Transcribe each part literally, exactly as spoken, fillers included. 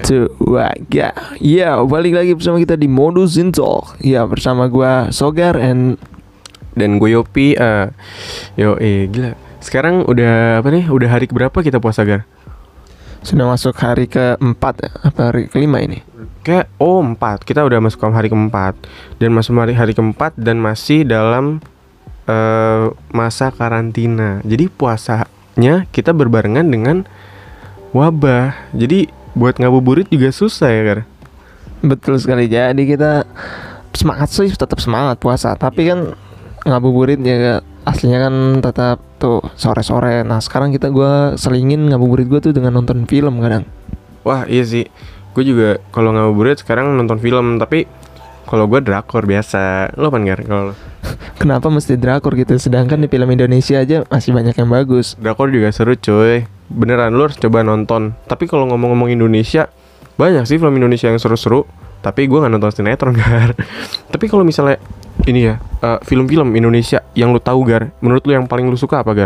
Tua ya, ya balik lagi bersama kita di Modus Zintalk. Ya bersama gua Sogar and dan gue Yopi. uh, Yo eh gila. Sekarang udah apa nih? Udah hari keberapa kita puasa, Gar? sudah masuk hari keempat ya? Apa hari kelima ini? Kayak oh empat. Kita udah masuk ke hari keempat dan masuk hari hari keempat dan masih dalam uh, masa karantina. Jadi puasanya kita berbarengan dengan wabah. Jadi buat ngabuburit juga susah ya, Gar? Betul sekali. Jadi kita semangat sih, tetap semangat puasa. Tapi kan ngabuburit ya aslinya kan tetap tuh sore-sore. Nah sekarang kita gue selingin ngabuburit gue tuh dengan nonton film kadang. Wah iya sih. Gue juga kalau ngabuburit sekarang nonton film. Tapi kalau gue drakor biasa. Lo apa, Gar? Kalau Kenapa mesti drakor gitu? Sedangkan di film Indonesia aja masih banyak yang bagus. drakor juga seru cuy. Beneran lu harus coba nonton. Tapi kalau ngomong-ngomong Indonesia, banyak sih film Indonesia yang seru-seru. Tapi gue gak nonton sinetron, Gar. Tapi kalau misalnya ini ya, uh, film-film Indonesia yang lu tahu, Gar, menurut lu yang paling lu suka apa, Gar?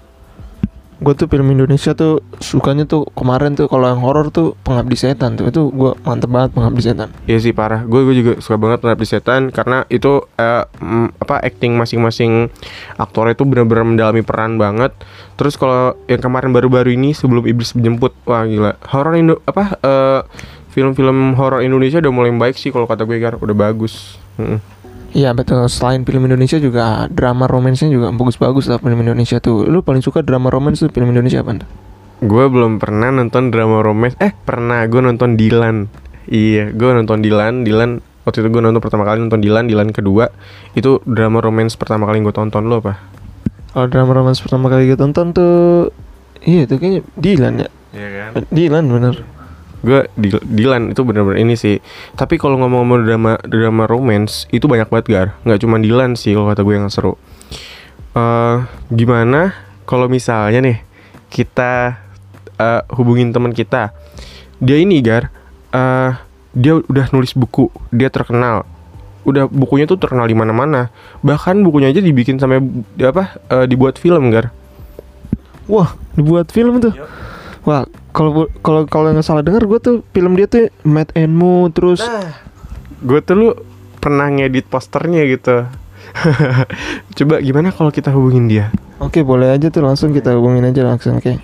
Gue tuh film Indonesia tuh sukanya tuh kemarin tuh kalau yang horor tuh Pengabdi Setan tuh. Itu gue mantep banget Pengabdi Setan. Iya sih parah. Gue gue juga suka banget Pengabdi Setan karena itu uh, mm, apa acting masing-masing aktor itu benar-benar mendalami peran banget. Terus kalau yang kemarin baru-baru ini Sebelum Iblis Menjemput, wah gila. Horor Indo apa uh, film-film horor Indonesia udah mulai baik sih kalau kata gue, Gar. Udah bagus. Mm-mm. Iya betul, selain film Indonesia juga drama romansnya juga bagus-bagus lah film Indonesia tuh. Lu paling suka drama romans tuh film Indonesia apa? Gue belum pernah nonton drama romance. Eh pernah, gue nonton Dilan. Iya, gue nonton Dilan. Dilan waktu itu gue nonton pertama kali nonton Dilan. Dilan kedua itu drama romance pertama kali gue tonton. Lo apa? Kalau drama romans pertama kali gue tonton tuh, iya tuh kayaknya Dilan ya. Iya kan? Dilan bener. Gue Dilan itu benar-benar ini sih. Tapi kalau ngomong-ngomong drama drama romance itu banyak banget, Gar. Nggak cuma Dilan sih kalau kata gue yang seru. Uh, gimana kalau misalnya nih kita uh, hubungin teman kita. Dia ini, Gar. Uh, dia udah nulis buku. Dia terkenal. Udah bukunya tuh terkenal di mana-mana. Bahkan bukunya aja dibikin sampai apa? Uh, dibuat film, Gar. Wah, dibuat film tuh. Yep. Wah, kalau kalau kalau nggak salah dengar gue tuh film dia tuh Matt and Mo terus. Nah, gue tuh lu pernah ngedit posternya gitu. Coba gimana kalau kita hubungin dia? Oke, boleh aja tuh langsung kita hubungin aja langsung, oke.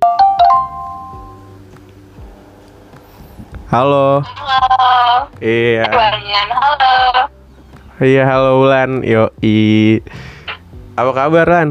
Halo. Halo. Iya. Barengan, halo. Iya, halo Ulan. Yoi. Apa kabar, Lan?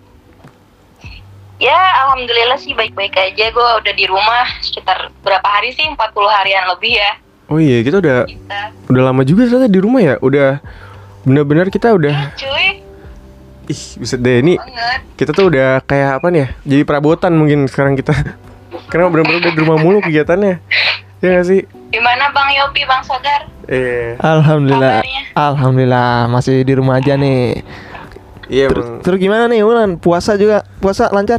Ya, alhamdulillah sih baik-baik aja. Gue udah di rumah sekitar berapa hari sih? empat puluh harian lebih ya. Oh iya, kita udah Kita. udah lama juga ternyata di rumah ya. Udah benar-benar kita udah Ya, cuy. ih, buset deh ini. Banget. Kita tuh udah kayak apa nih ya? Jadi perabotan mungkin sekarang kita. Karena benar-benar udah di rumah mulu kegiatannya. Ya gak sih? Gimana Bang Yopi, Bang Sogar? Eh, Alhamdulillah, Kabarnya? alhamdulillah masih di rumah aja nih. iya Terus, Bang. terus gimana nih Ulan? Puasa juga, puasa lancar?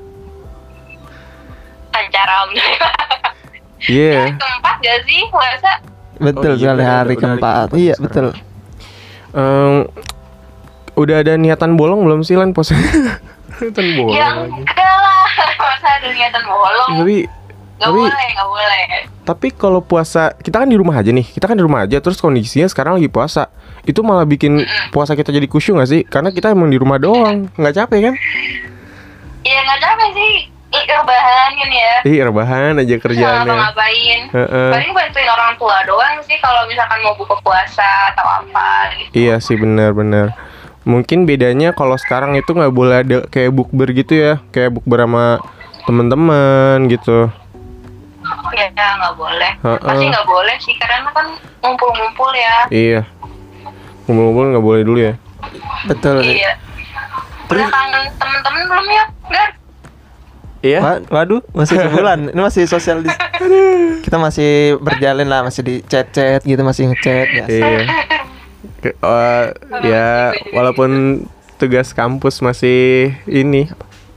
Lancar, alhamdulillah. Iya. Hari keempat gak sih puasa? Betul Oh iya, sekali, benar, hari udah hari keempat. keempat Iya sekarang. betul. Em, udah ada niatan bolong belum sih, Lan, puasa? Niatan bolong Ya lagi. enggak lah. Masa ada niatan bolong? Tapi Gak tapi- boleh, gak boleh. Tapi kalau puasa, kita kan di rumah aja nih. Kita kan di rumah aja, terus kondisinya sekarang lagi puasa. Itu malah bikin puasa kita jadi khusyuk gak sih? Karena kita emang di rumah doang, nggak capek kan? Ya gak capek sih. Ih, rebahan kan ya. Ih, rebahan aja Nggak kerjaannya. ngapa-ngapain. Heeh. Paling bantuin orang tua doang sih kalau misalkan mau buka puasa atau apa gitu. Iya sih, benar-benar. Mungkin bedanya kalau sekarang itu nggak boleh ada kayak bukber gitu ya, kayak bukber sama teman-teman gitu. Ya nggak boleh. Heeh. Pasti nggak boleh sih karena kan ngumpul-ngumpul ya. Iya. Ngumpul-ngumpul nggak boleh dulu ya. Betul. Iya. Udah kangen temen-temen belum ya, Gar? Iya. Wa- Waduh, masih sebulan. Ini masih social dis- Kita masih berjalin lah, masih di chat-chat gitu, masih ngechat ya. Iya. Ke- eh, ya walaupun tugas kampus masih ini.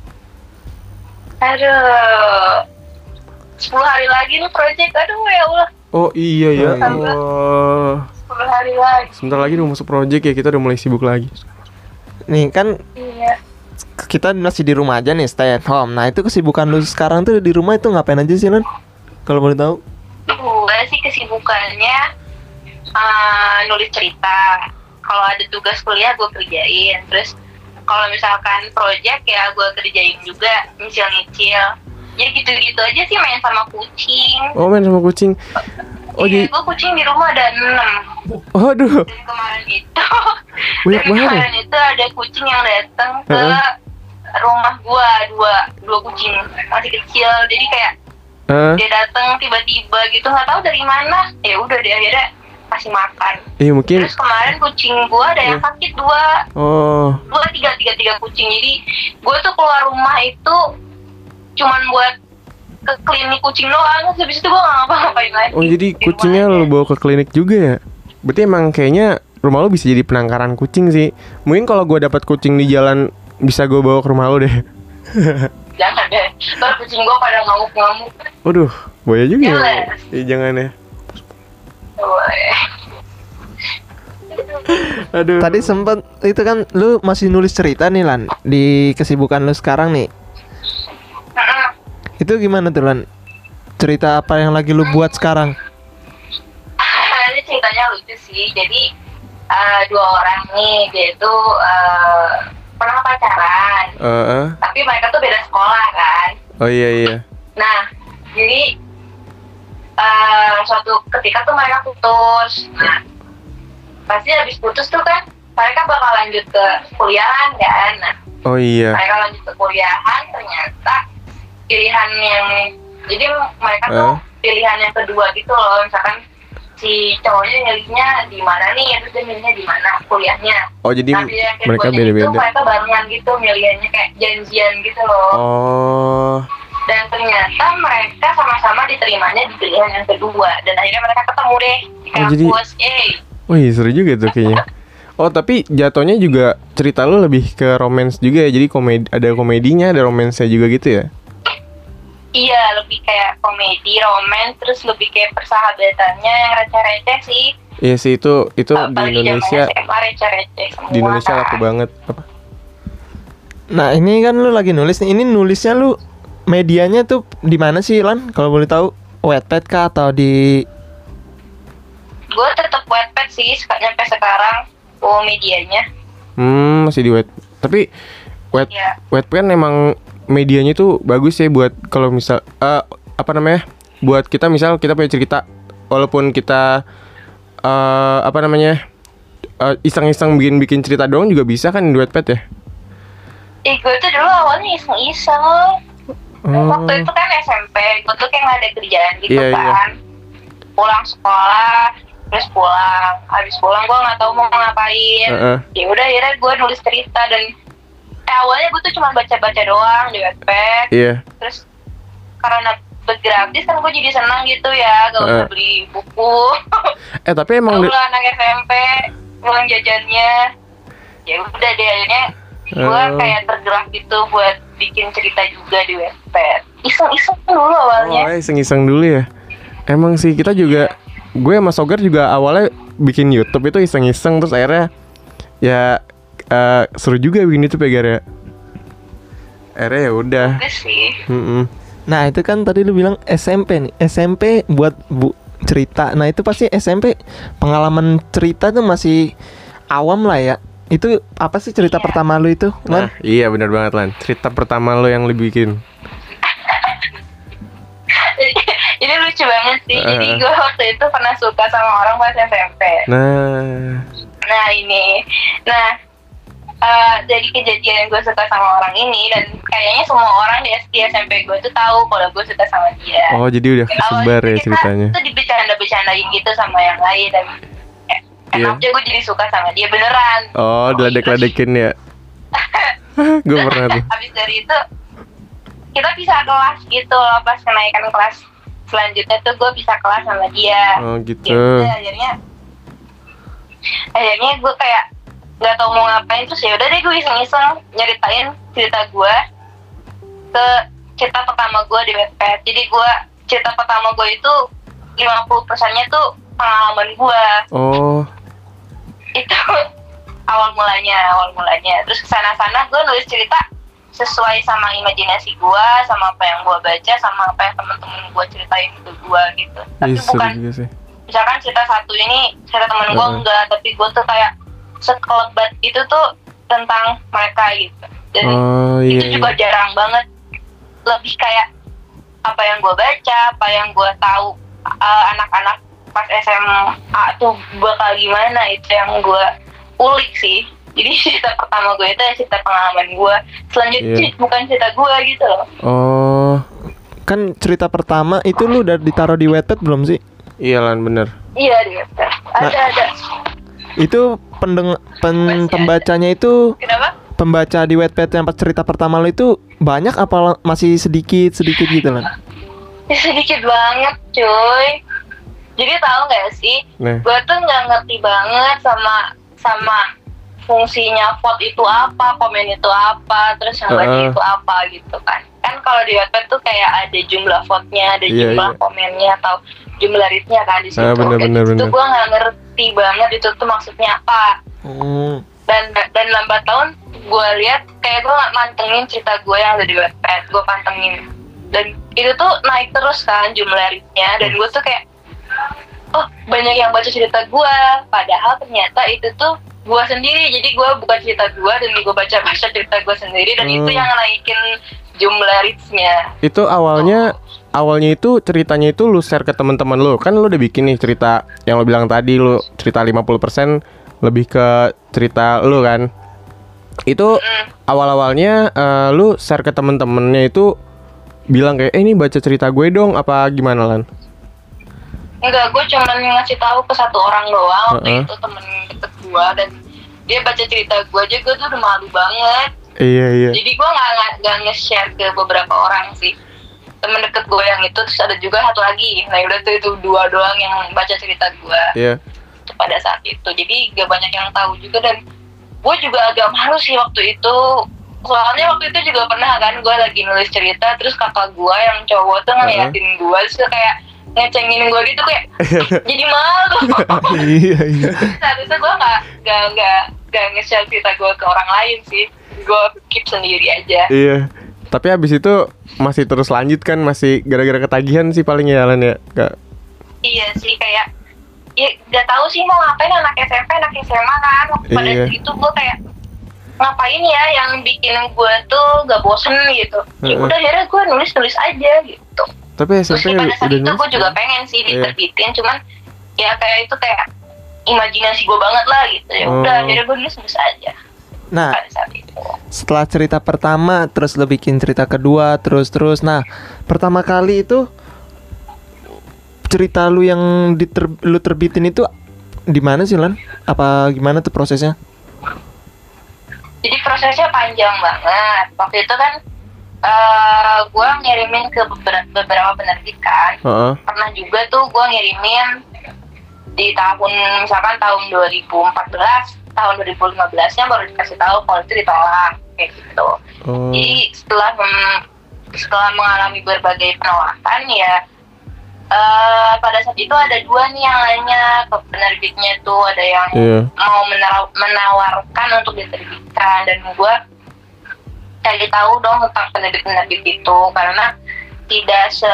Aduh. sepuluh hari lagi nih project. Aduh ya Allah. Oh iya ya. Oh, iya. Allah. sepuluh hari lagi. Sebentar lagi udah masuk project ya, kita udah mulai sibuk lagi. Nih kan Iya. kita masih di rumah aja nih, stay at home. Nah itu kesibukan lu sekarang tuh di rumah itu ngapain aja sih Lan? Kalau boleh tahu? gue sih kesibukannya uh, nulis cerita. Kalau ada tugas kuliah gue kerjain. Terus kalau misalkan project ya gue kerjain juga, nyicil-nyicil. Ya gitu-gitu aja sih, main sama kucing. Oh, main sama kucing. Oh, iya, jadi gue kucing di rumah ada enam. oh, aduh. Dan kemarin itu, Banyak dan banget ya? kemarin itu ada kucing yang datang ke Heeh. rumah gue, dua dua kucing masih kecil. Jadi kayak Heeh. dia datang tiba-tiba gitu, nggak tahu dari mana. Ya udah dia akhirnya kasih makan. Iya, mungkin. Terus kemarin kucing gue ada yang sakit dua, Oh. dua tiga tiga tiga kucing. Jadi gue tuh keluar rumah itu cuman buat ke klinik kucing doang. Habis itu gue nggak ngapa-ngapain lagi. Oh, jadi Di kucingnya rumah lo aja. bawa ke klinik juga ya? Berarti emang kayaknya rumah lo bisa jadi penangkaran kucing sih. Mungkin kalau gue dapat kucing di jalan bisa gue bawa ke rumah lo deh. Jangan deh, ntar kucing gue pada ngamuk-ngamuk. Waduh, bahaya juga ya. Jelas. Iya, jangan ya. Boleh. Aduh. Tadi sempet itu kan lu masih nulis cerita nih Lan di kesibukan lu sekarang nih. Heeh. Itu gimana tuh Lan? Cerita apa yang lagi lu buat sekarang? Ini ceritanya lucu sih. Jadi eh, dua orang nih, dia itu eh, pernah pacaran, Heeh. tapi mereka tuh beda sekolah kan. Oh iya iya. Nah, jadi eh, suatu ketika tuh mereka putus. Nah, pasti habis putus tuh kan mereka bakal lanjut ke kuliahan kan. Nah, Oh iya. mereka lanjut ke kuliahan, ternyata pilihan yang jadi mereka tuh Eh? pilihan yang kedua gitu loh. Misalkan si cowoknya milihnya di mana nih, terus dia milihnya di mana kuliahnya. Oh jadi Nah, pilihan mereka keduanya itu beda-beda. mereka barengan gitu milihnya, kayak janjian gitu loh. Oh. Dan ternyata mereka sama-sama diterimanya di pilihan yang kedua. Dan akhirnya mereka ketemu deh di Oh, jadi- kampus. Eh, Wih, seru juga tuh kayaknya. Oh, tapi jatuhnya juga cerita lu lebih ke romance juga ya. Jadi komedi, ada komedinya, ada romansnya juga gitu ya. iya, lebih kayak komedi, romance, terus lebih kayak persahabatannya yang receh-receh sih. Iya sih, itu itu di Apalagi Indonesia, zamannya S M A receh-receh semua. di Indonesia laku kan. banget. Apa? Nah, ini kan lu lagi nulis nih. Ini nulisnya lu medianya tuh di mana sih Lan? Kalau boleh tahu, Wattpad kah atau di Gue tetap Wattpad sih, sek- nyampe sekarang. Oh, medianya. Hmm, masih di web. Tapi web Ya. Wattpad kan emang medianya tuh bagus ya buat kalau misal eh, apa namanya? Buat kita misal kita punya cerita, walaupun kita eh, apa namanya? eh, iseng-iseng bikin-bikin cerita doang juga bisa kan di Wattpad ya? Eh, gue tuh dulu awalnya iseng-iseng. Oh. Waktu itu kan S M P, gue tuh kayak nggak ada kerjaan gitu Iya, iya. kan. Pulang sekolah, terus pulang. Habis pulang gue nggak tahu mau ngapain. Heeh. Ya udah, akhirnya gue nulis cerita. Dan eh, awalnya gue tuh cuma baca-baca doang di Wattpad. Iya. Terus karena gratis kan gue jadi senang gitu ya, gak usah Heeh. beli buku. Eh tapi emang Gue anak S M P, uang jajannya. Ya udah deh, akhirnya gue Oh. kayak tergerak gitu buat bikin cerita juga di Wattpad. Iseng-iseng dulu awalnya. Oh, iseng-iseng dulu ya. Emang sih kita juga, gue sama Sogar juga awalnya bikin YouTube itu iseng-iseng, terus akhirnya ya eh, seru juga bikin YouTube ya Gar ya. Akhirnya ya udah. Bagus sih. Mm-mm. Nah, itu kan tadi lu bilang S M P nih. S M P buat bu cerita. Nah, itu pasti S M P pengalaman cerita tuh masih awam lah ya. Itu apa sih cerita Iya. pertama lu itu, Nah, Lan? iya benar banget Lan. Cerita pertama lo yang lu bikin. Ini lucu banget sih. Jadi Uh. gue waktu itu pernah suka sama orang pas S M P. Nah, Nah ini, nah eh, dari kejadian gue suka sama orang ini, dan kayaknya semua orang di S M P gue tuh tahu kalau gue suka sama dia. oh jadi udah kesebar ya Awalnya ceritanya. Kita tuh dibicanda-bicandain gitu sama yang lain, dan eh, Iya. enak aja gue jadi suka sama dia beneran. Oh, diledek-ledekin ya. Gue pernah tuh. Abis dari itu kita pisah kelas gitu loh, pas kenaikan kelas selanjutnya tuh gue pisah kelas sama dia. Oh Ya gitu. udah, akhirnya akhirnya gue kayak nggak tahu mau ngapain, terus ya udah deh gue iseng-iseng nyeritain cerita gue ke cerita pertama gue di Wattpad. Jadi gue cerita pertama gue itu lima puluh persennya tuh pengalaman gue. Oh, Itu awal mulanya, awal mulanya. Terus kesana-sana gue nulis cerita sesuai sama imajinasi gue, sama apa yang gue baca, sama apa yang temen-temen gue ceritain ke gue gitu. Tapi Iya, seru bukan juga sih. misalkan cerita satu ini cerita temen gue Uh-uh. enggak, tapi gue tuh kayak sekelebat itu tuh tentang mereka gitu. Dan Oh iya, itu juga iya. jarang banget. Lebih kayak apa yang gue baca, apa yang gue tahu uh, anak-anak pas S M A tuh bakal gimana, itu yang gue ulik sih. Jadi cerita pertama gue itu ya cerita pengalaman gue. Selanjutnya Iya. bukan cerita gue gitu loh. Oh Kan cerita pertama itu lu udah ditaruh di Wattpad belum sih? iya Lan, bener. Iya dia. Ada ada. Itu pendeng pen Masih ada. pembacanya itu Kenapa? pembaca di Wattpad yang pas cerita pertama lu itu banyak apa la- masih sedikit sedikit gitu lah? Ya, sedikit banget cuy. Jadi tahu nggak sih? Nah. Gue tuh nggak ngerti banget sama sama fungsinya vote itu apa, komen itu apa, terus yang baca Uh-uh. itu apa gitu kan. Kan kalau di Wattpad tuh kayak ada jumlah vote-nya, ada Iya, jumlah iya. komennya atau jumlah read-nya kan di situ. Ah, bener, Dan bener, itu bener. gue nggak ngerti banget itu tuh maksudnya apa. Hmm. Dan dan lambat tahun gue lihat kayak gue nggak mantengin cerita gue yang ada di Wattpad, gue pantengin. Dan itu tuh naik terus kan jumlah read-nya, dan gue tuh kayak oh banyak yang baca cerita gue, padahal ternyata itu tuh gue sendiri. Jadi gue buka cerita gue dan gue baca-baca cerita gue sendiri, dan Hmm. itu yang naikin jumlah reach-nya. Itu awalnya awalnya itu ceritanya itu lu share ke teman-teman lu. Kan lu udah bikin nih cerita yang lu bilang tadi, lu cerita lima puluh persen lebih ke cerita lu kan. Itu Mm. awal-awalnya eh, lu share ke temen-temennya itu bilang kayak eh ini baca cerita gue dong apa gimana Lan? Enggak, gue cuma ngasih tahu ke satu orang doang waktu Uh-uh. itu, temen deket gue, dan dia baca cerita gue aja, gue tuh udah malu banget. Iya iya. Jadi gue nggak nggak- nggak nge-share ke beberapa orang sih, temen deket gue yang itu, terus ada juga satu lagi. Nah udah tuh itu dua doang yang baca cerita gue Iya. pada saat itu. Jadi gak banyak yang tahu juga, dan gue juga agak malu sih waktu itu. Soalnya waktu itu juga pernah kan gue lagi nulis cerita, terus kakak gue yang cowok tuh ngeliatin gue, terus dia kayak ngecengin gue gitu, kayak jadi malu. Iya iya. Saat itu gue nggak nggak nggak nggak nge-share cerita gue ke orang lain sih, gue keep sendiri aja. Iya. Tapi habis itu masih terus lanjut kan, masih gara-gara ketagihan sih paling ya Lan ya. Gak. Iya sih, kayak ya gak tahu sih mau ngapain, anak S M P anak S M A kan. Pada Iya. saat itu gue kayak ngapain ya yang bikin gue tuh gak bosen gitu. Ya Heeh. udah akhirnya gue nulis nulis aja gitu. Tapi S M Terus P ya pada saat udah itu nulis gue juga kan? pengen sih Iya. diterbitin, cuman ya kayak itu kayak imajinasi gue banget lah gitu. Ya udah Oh. akhirnya gue nulis nulis aja Nah, pada saat itu. setelah cerita pertama terus lu bikin cerita kedua terus terus. Nah, pertama kali itu cerita lu yang diter lu terbitin itu di mana sih Lan? Apa gimana tuh prosesnya? Jadi prosesnya panjang banget. Waktu itu kan uh, gue ngirimin ke beberapa, beberapa penerbit kan. Heeh. Pernah juga tuh gue ngirimin di tahun misalkan tahun dua ribu empat belas, tahun dua ribu lima belas-nya baru dikasih tahu kalau itu ditolak kayak gitu. Oh. Jadi setelah mem- setelah mengalami berbagai penolakan ya, eh, pada saat itu ada dua nih yang nanya ke penerbitnya tuh, ada yang Iya. mau menara- menawarkan untuk diterbitkan, dan gue cari tahu dong tentang penerbit-penerbit itu karena tidak se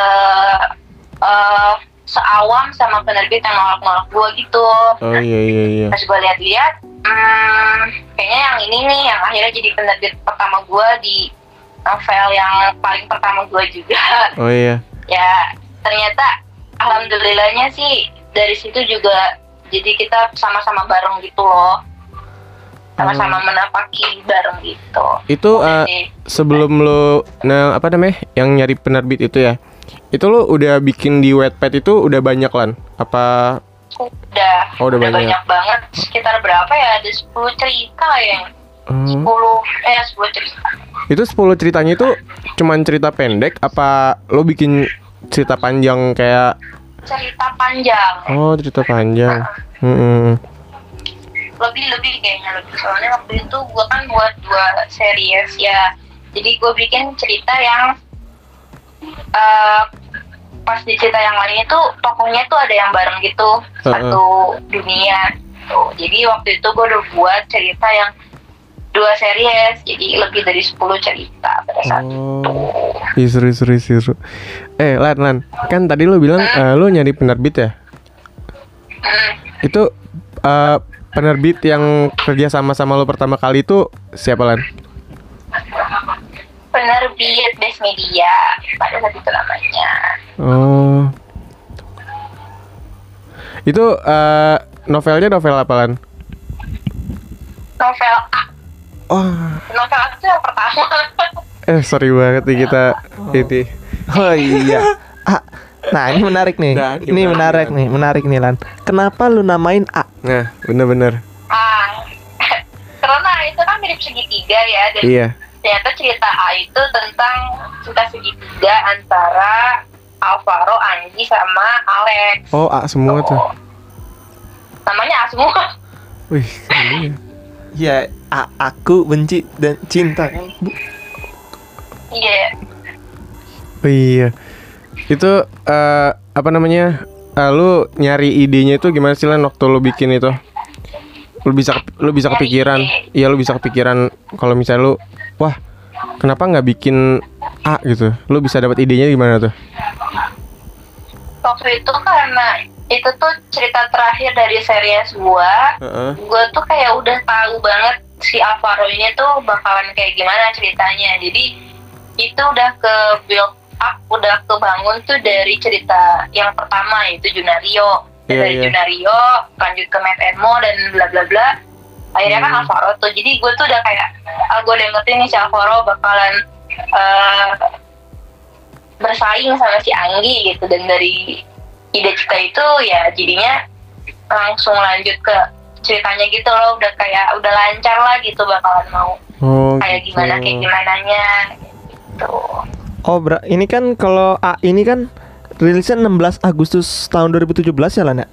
eh, seawam sama penerbit yang nolak-nolak gue gitu. Oh iya iya iya. Pas gue lihat-lihat, hmm, kayaknya yang ini nih yang akhirnya jadi penerbit pertama gue di novel yang paling pertama gue juga. Oh iya. Ya ternyata alhamdulillahnya sih dari situ juga jadi kita sama-sama bareng gitu loh, sama-sama menapaki bareng gitu. Itu Udah eh, sih. sebelum lo nah apa namanya yang nyari penerbit itu ya, itu lo udah bikin di Wattpad itu udah banyak Lan? Apa Udah, Oh, udah banyak. banyak banget. Sekitar berapa ya? Ada sepuluh cerita ya. hmm, sepuluh eh sepuluh cerita. itu sepuluh ceritanya itu cuman cerita pendek apa lo bikin cerita panjang kayak Cerita panjang. oh cerita panjang? Hmm. Lebih-lebih kayaknya lebih. Soalnya waktu itu gue kan buat dua series ya. Jadi gue bikin cerita yang eh, pas di cerita yang lain itu tokohnya tuh ada yang bareng gitu, satu dunia. Tuh. Jadi waktu itu gue udah buat cerita yang dua series, jadi lebih dari sepuluh cerita pada saat itu. Oh, ih, seru seru seru. Eh Lan Lan, kan tadi lu bilang Hmm. eh, lu nyari penerbit ya? Hmm. Itu eh, penerbit yang kerja sama sama lu pertama kali itu siapa Lan? Penerbit Best Media pada saat itu namanya. Oh, itu eh, novelnya novel apa Lan? Novel A. Oh, Novel A itu yang pertama. eh sorry banget nih kita ini. Oh iya. Ah, nah ini menarik nih. Nah, ini gimana, menarik gimana? nih, menarik nih Lan. Kenapa lu namain A? Nah, bener-bener. Ah, karena itu kan mirip segitiga ya, dan Iya. ternyata cerita A itu tentang cinta segitiga antara Alvaro, Angie, sama Alex. Oh, A semua tuh. Namanya A semua. Wih, keren ya. Ya, A, aku benci dan cinta. Bu- Iya. Oh, iya. Itu eh, apa namanya? Eh, lu nyari idenya itu gimana sih Lan waktu lu bikin itu? Lu bisa lu bisa Nyari kepikiran. ide. Iya, lu bisa kepikiran kalau misalnya lu wah, kenapa nggak bikin A gitu? Lu bisa dapat idenya gimana tuh? Waktu itu karena itu tuh cerita terakhir dari series gua. Heeh. Gue tuh kayak udah tahu banget si Alvaro ini tuh bakalan kayak gimana ceritanya. Jadi itu udah ke build up, udah kebangun tuh dari cerita yang pertama, yaitu Junario. Dan Iya, dari iya. Junario lanjut ke Matt and Mo dan bla bla bla. Akhirnya kan Hmm. Alvaro tuh. Jadi gue tuh udah kayak, ah, gue udah ngerti nih si Alvaro bakalan eh, bersaing sama si Anggi gitu. Dan dari ide cerita itu ya jadinya langsung lanjut ke ceritanya gitu loh, udah kayak udah lancar lah gitu bakalan mau Oh, kayak gitu. gimana kayak gimananya gitu. Oh, bra- ini kan kalau A ini kan rilisnya enam belas Agustus tahun dua ribu tujuh belas ya Lan ya?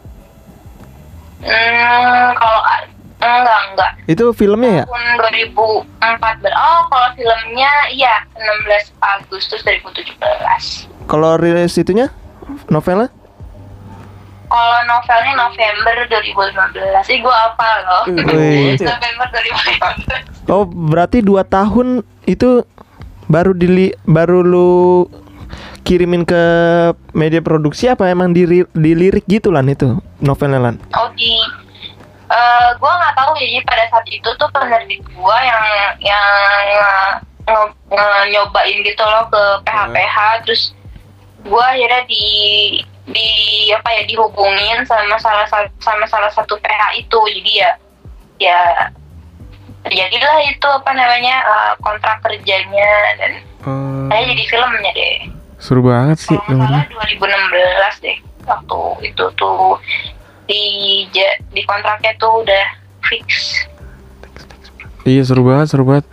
Hmm, kalau a- enggak enggak Itu filmnya ya? tahun dua ribu empat belas. Oh, kalau filmnya iya enam belas Agustus dua ribu tujuh belas. Kalau rilis itunya novelnya? Kalau novelnya November dua ribu lima belas. Ih, gue hafal loh. Wih. November dua ribu lima belas. Oh, berarti dua tahun itu baru dili baru lu kirimin ke media produksi apa emang diri, dilirik gitu Lan itu novelnya Lan? Oh, di eh gue nggak tahu ya, jadi pada saat itu tuh penerbit gue yang yang nge- nge- nyobain gitu loh ke P H P H, terus gue akhirnya di di apa ya dihubungin sama salah satu sama salah satu P H itu, jadi ya ya terjadilah itu apa namanya eh, kontrak kerjanya dan Oh, saya jadi filmnya deh. seru banget sih. Kalau nggak salah dua ribu enam belas deh waktu itu tuh di ja- di kontraknya tuh udah fix. Iya, seru banget, seru banget.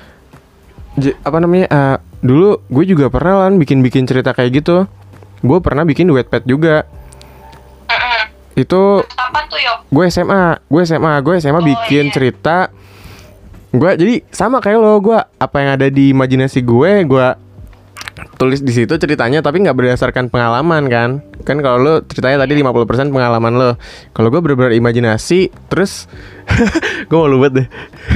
J- apa namanya? eh, dulu gue juga pernah Lan bikin-bikin cerita kayak gitu. Gue pernah bikin di Wattpad juga. Mm-mm. Itu Kapan tuh Yok? gue S M A, gue S M A, gue S M A Oh, bikin iya. cerita. Gue jadi sama kayak lo, gue apa yang ada di imajinasi gue, gue tulis di situ ceritanya, tapi nggak berdasarkan pengalaman kan? Kan kalau lo ceritanya tadi lima puluh persen pengalaman lo, kalau gue bener-bener imajinasi, terus gue malu banget deh.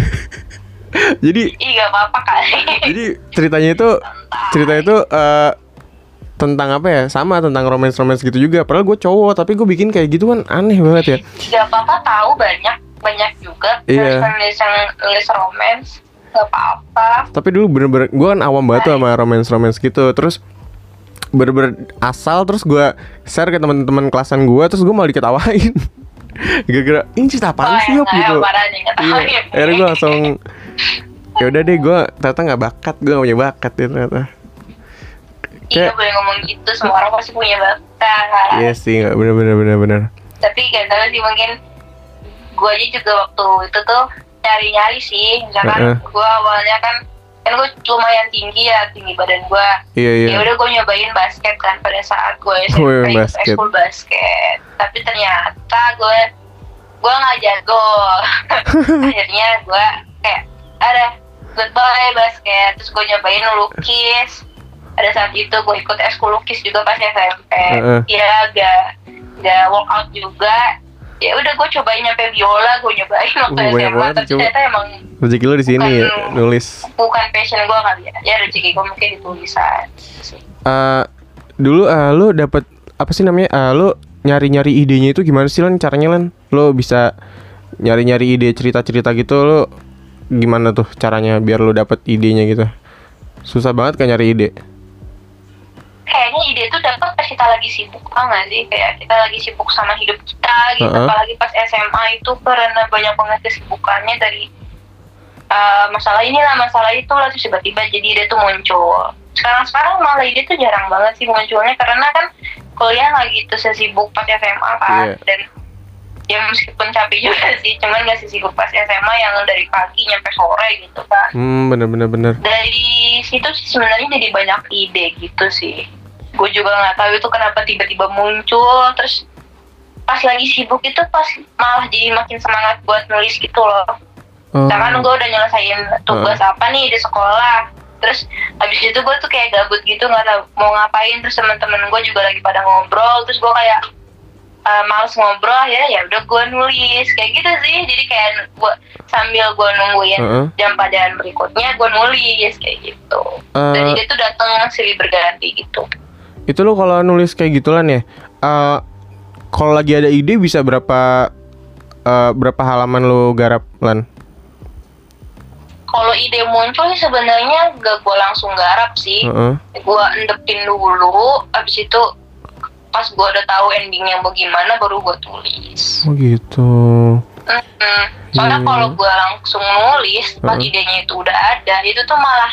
Jadi Ih gak apa-apa kali. jadi ceritanya itu ceritanya itu eh, tentang apa ya? Sama tentang romance-romance gitu juga. Padahal gue cowok, tapi gue bikin kayak gitu kan aneh banget ya. Gak apa-apa, tahu banyak banyak juga Iya. nulis yang nulis romance. Gak apa-apa. Tapi dulu bener-bener gue kan awam banget tuh sama romance-romance gitu. Terus bener-bener asal, terus gue share ke teman-teman kelasan gue, terus gue malah diketawain. Gara-gara ini cerita apaan sih Yop gitu. Iya, akhirnya gue langsung ya udah deh, gue ternyata nggak bakat, gue gak punya bakat ya ternyata. Iya Kayak boleh ngomong gitu, semua orang pasti punya bakat. iya sih, nggak bener-bener bener-bener. Tapi gak tahu sih, mungkin gue aja juga waktu itu tuh nyari-nyari sih. Misalkan Heeh. gue awalnya kan kan gue lumayan tinggi ya, tinggi badan gue. Iya iya. Ya udah gue nyobain basket kan pada saat gue S M P, Oh, iya, ikut basket. ekskul basket. Tapi ternyata gue gue nggak jago. Akhirnya gue kayak ada goodbye basket. Terus gue nyobain lukis. Pada saat itu gue ikut ekskul lukis juga pas S M P. Heeh. Ya gak gak workout juga. ya udah gue cobain nyampe biola, gue nyobain waktu Uh, banyak S M A, banget, tapi coba. ternyata emang Rezeki lu di sini ya, Bukan- nulis. bukan passion gue kali ya. Ya rezeki gue mungkin di tulisan sih. Eh, dulu eh, lu dapet apa sih namanya? Eh, lu nyari-nyari idenya itu gimana sih Lan? Caranya Lan? Lu bisa nyari-nyari ide cerita-cerita gitu, lu gimana tuh caranya biar lu dapet idenya gitu? Susah banget kan nyari ide. Kayaknya ide itu dapat pas kita lagi sibuk, tau nggak sih? Kayak kita lagi sibuk sama hidup kita gitu. Uh-uh. Apalagi pas S M A itu karena banyak banget kesibukannya dari uh, masalah inilah, masalah itu lah, terus tiba-tiba jadi ide tuh muncul. Sekarang-sekarang malah ide tuh jarang banget sih munculnya, karena kan kuliah nggak gitu sesibuk pas S M A kan. Iya. Dan ya meskipun capek juga sih, cuman nggak sesibuk pas S M A yang dari pagi nyampe sore gitu kan. Hmm, bener-bener bener. Dari situ sih sebenarnya jadi banyak ide gitu sih. Gue juga nggak tahu itu kenapa tiba-tiba muncul, terus pas lagi sibuk itu pas malah jadi makin semangat buat nulis gitu loh. Oh. Karena gue udah nyelesain tugas apa nih di sekolah, terus habis itu gue tuh kayak gabut gitu, nggak tahu mau ngapain, terus teman-teman gue juga lagi pada ngobrol, terus gue kayak uh, males ngobrol ya, ya udah gue nulis kayak gitu sih. Jadi kayak gue sambil gue nungguin Uh-uh. jam pelajaran berikutnya gue nulis kayak gitu. Eh. Dan ide tuh datang silih berganti gitu. Itu lo kalau nulis kayak gitulan ya, eh kalau lagi ada ide bisa berapa eh, berapa halaman lo garap Lan? Kalau ide muncul sih sebenarnya gak gue langsung garap sih. Heeh. Gue endepin dulu, abis itu pas gue udah tahu endingnya bagaimana baru gue tulis. Oh gitu. Mm-mm. Soalnya Iya. kalau gue langsung nulis pas Heeh. idenya itu udah ada, itu tuh malah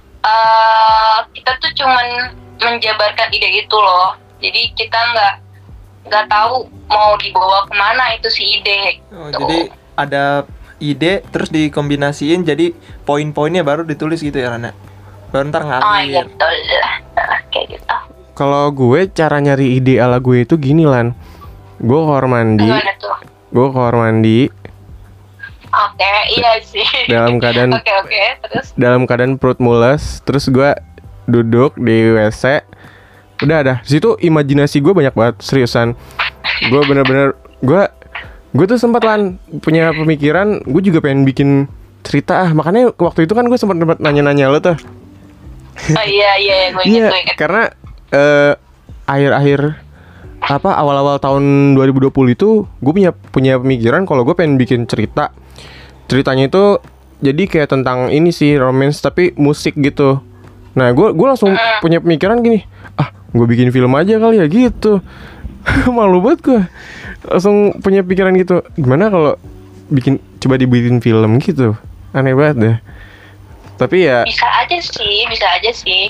uh, kita tuh cuman menjabarkan ide itu loh. Jadi kita nggak nggak tahu mau dibawa kemana itu si ide. Oh, gitu. jadi ada ide terus dikombinasiin jadi poin-poinnya baru ditulis gitu ya Rana? Baru ntar Oh iya ngalir. betul lah. Nah, kayak gitu. Kalau gue cara nyari ide ala gue itu gini Lan. Gue ke kamar mandi, Gimana tuh? gue ke kamar mandi Oke, iya sih. dalam keadaan Oke oke, terus dalam keadaan perut mules, terus gue duduk di W C. Udah ada. Di situ imajinasi gue banyak banget, seriusan. Gue bener-bener gue gue tuh sempat Lan punya pemikiran, gue juga pengen bikin cerita ah. Makanya waktu itu kan gue sempat sempat nanya-nanya lo tuh. oh iya iya gue inget Iya, gue inget. karena eh, akhir-akhir apa awal-awal tahun dua ribu dua puluh itu gue punya punya pemikiran kalau gue pengen bikin cerita. Ceritanya itu jadi kayak tentang ini sih romance tapi musik gitu. Nah, gue gue langsung punya pemikiran gini, ah, gue bikin film aja kali ya gitu. Malu banget gue. Langsung punya pikiran gitu. Gimana kalau bikin coba dibikin film gitu? Aneh banget deh. Tapi ya, Bisa aja sih, bisa aja sih.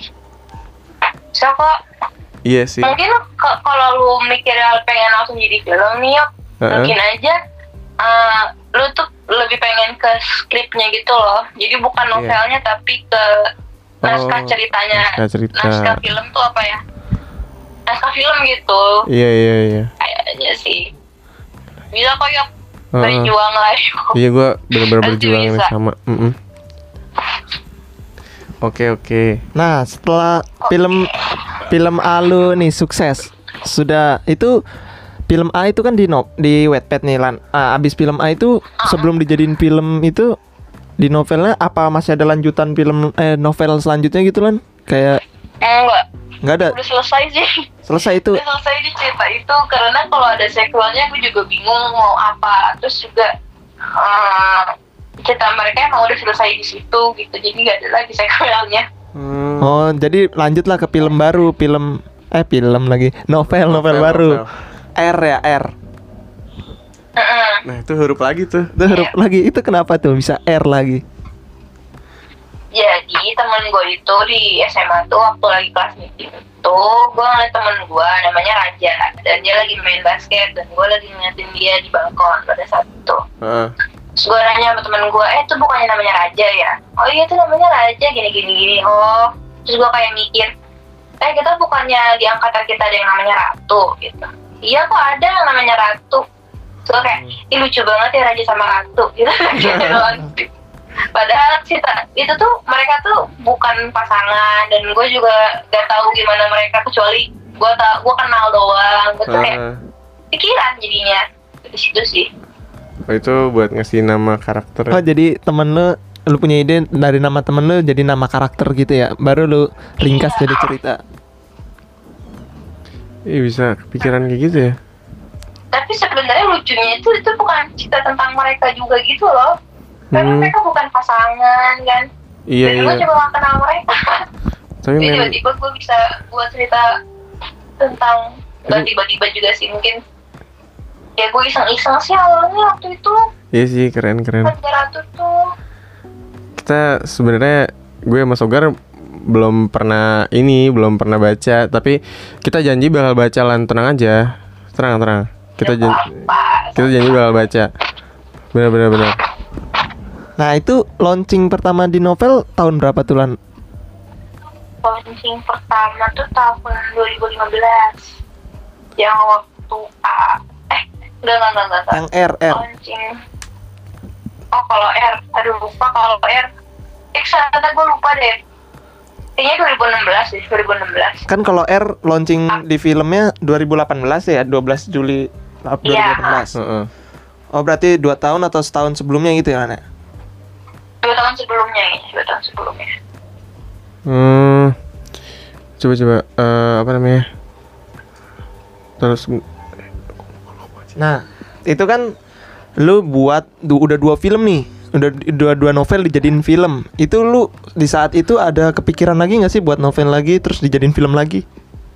So kok iya sih. mungkin k- kalau lu mikirnya pengen langsung jadi film nih Yok, Heeh. mungkin aja uh, lu tuh lebih pengen ke skripnya gitu loh. Jadi bukan novelnya tapi ke naskah Oh, ceritanya. naskah cerita. Naskah film tuh apa ya? Naskah film gitu. Iya iya iya. Kayaknya sih. Bisa kok Yok, Heeh. berjuang lah Yok. Iya, gue bener-bener Pasti berjuang nih bisa. sama. Mm-mm. Oke oke. Nah, setelah film film A lu nih sukses, sudah itu film A itu kan di no, di Wattpad nih Lan. Ah, abis film A itu sebelum dijadiin film itu di novelnya apa masih ada lanjutan film eh novel selanjutnya gitu Lan? Kayak Enggak, nggak ada, udah selesai sih. selesai itu. Udah selesai di cerita itu, karena kalau ada sequelnya gue juga bingung mau apa. Terus juga eh, cerita mereka emang udah selesai di situ gitu, jadi nggak ada lagi sequelnya. Hmm. Oh, jadi lanjutlah ke film baru, film eh film lagi, novel novel, Novel, baru. novel. R ya R. Heeh. Nah, itu huruf lagi tuh. Itu huruf lagi itu kenapa tuh bisa R lagi? Jadi temen gue itu di S M A tuh waktu lagi kelas meeting itu, gue ngeliat temen gue namanya Raja, dan dia lagi main basket, dan gue lagi ngeliatin dia di balkon pada saat itu. Heeh. Terus gue nanya sama temen gue, eh itu bukannya namanya Raja ya? Oh iya itu namanya Raja, gini gini gini. Oh, terus gue kayak mikir, eh kita bukannya di angkatan kita ada yang namanya Ratu gitu. Iya kok ada yang namanya Ratu. Terus gue kayak, ih lucu banget ya Raja sama Ratu gitu. Gitu doang. Padahal cerita itu tuh mereka tuh bukan pasangan, dan gue juga gak tahu gimana mereka, kecuali gue tau gue kenal doang. Gue tuh kayak Heeh. pikiran jadinya. di situ sih. Oh, itu buat ngasih nama karakter. Oh jadi temen lu lu punya ide dari nama temen lu jadi nama karakter gitu ya, baru lu ringkas Iya. jadi cerita. Iya bisa kepikiran kayak gitu ya. Tapi sebenarnya lucunya itu itu bukan cerita tentang mereka juga gitu loh. Karena Hmm. mereka bukan pasangan kan. Iya Dan iya. gue juga gak kenal mereka. Tapi Jadi men, tiba-tiba gue bisa buat cerita tentang, gak Tapi- tiba-tiba juga sih mungkin. Ya gue iseng-iseng sih awalnya waktu itu. iya sih keren keren. Raja Ratu tuh. Kita sebenarnya gue sama Sogar belum pernah ini belum pernah baca, tapi kita janji bakal baca lan, tenang aja, tenang tenang. Kita Ya, janji, apa? kita janji bakal baca. Benar benar benar. Nah itu launching pertama di novel tahun berapa tuh Lan? Launching pertama tuh tahun dua ribu lima belas. Yang waktu A. Eh, enggak, enggak, enggak, enggak. Yang R R. Launching. Oh, kalau R. Aduh, lupa kalau R. Eh, ternyata gue lupa deh. Kayaknya dua ribu enam belas deh, dua ribu enam belas. Kan kalau R launching di filmnya dua ribu delapan belas ya, dua belas Juli dua ribu delapan belas. Heeh. Oh berarti dua tahun atau setahun sebelumnya gitu ya Lan? Dua tahun sebelumnya ya, dua tahun sebelumnya. Hmm. Coba coba eh, apa namanya? Terus Nah itu kan lu buat du- udah dua film nih, udah dua-dua novel dijadiin film. Itu lu di saat itu ada kepikiran lagi nggak sih buat novel lagi terus dijadiin film lagi?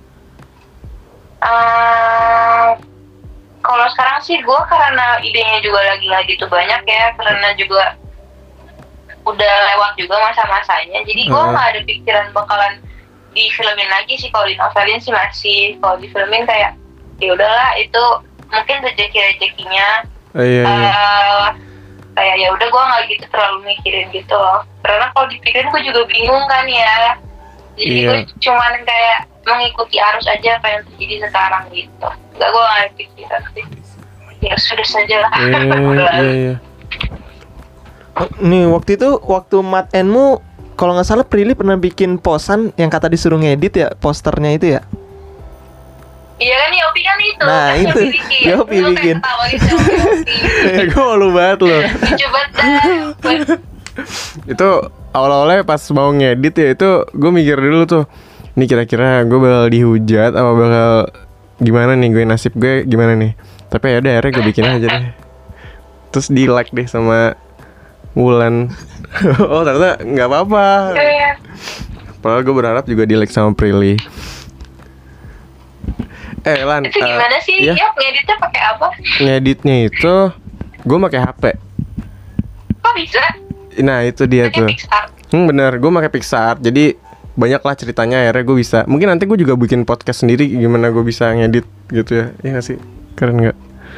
Eh, kalau sekarang sih gue karena idenya juga lagi nggak gitu banyak ya, karena juga udah lewat juga masa-masanya, jadi gue Hmm. nggak ada pikiran bakalan difilmin lagi sih. Kalau di novelin sih masih, kalau difilmin kayak ya udahlah itu mungkin rezeki-rezekinya. oh, iya iya. Eh, kayak ya udah gue nggak gitu terlalu mikirin gitu loh, karena kalau dipikirin gue juga bingung kan ya. Jadi Iya. gue cuman kayak mengikuti arus aja apa yang terjadi sekarang gitu. Enggak, gue nggak ada pikiran sih. Ya sudah saja lah. Iya iya iya. Oh, nih waktu itu waktu Mat Enmu kalau nggak salah Prilly pernah bikin posan yang kata disuruh ngedit ya posternya itu ya. Iya kan, Yopi kan itu. Nah, kan itu. bikin. Yopi Lu kayak bikin. ketawain sama Yopi. Ya gue malu banget loh. Coba dah. Itu awal-awalnya pas mau ngedit ya itu gue mikir dulu tuh, ini kira-kira gue bakal dihujat apa bakal gimana nih, gue nasib gue gimana nih. Tapi ya udah akhirnya gue bikin aja deh. Terus di like deh sama Wulan. Oh ternyata nggak apa-apa. Iya. Padahal gue berharap juga di like sama Prilly. Eh Lan, Itu gimana eh, sih? iya, Ya, ngeditnya pakai apa? ngeditnya itu gue pakai H P. Kok bisa? Nah itu dia Pakai tuh. Pixar. Hmm bener, gue pakai Pixar. Jadi banyak lah ceritanya, akhirnya gue bisa. Mungkin nanti gue juga bikin podcast sendiri gimana gue bisa ngedit gitu ya. Iya gak sih? Keren gak?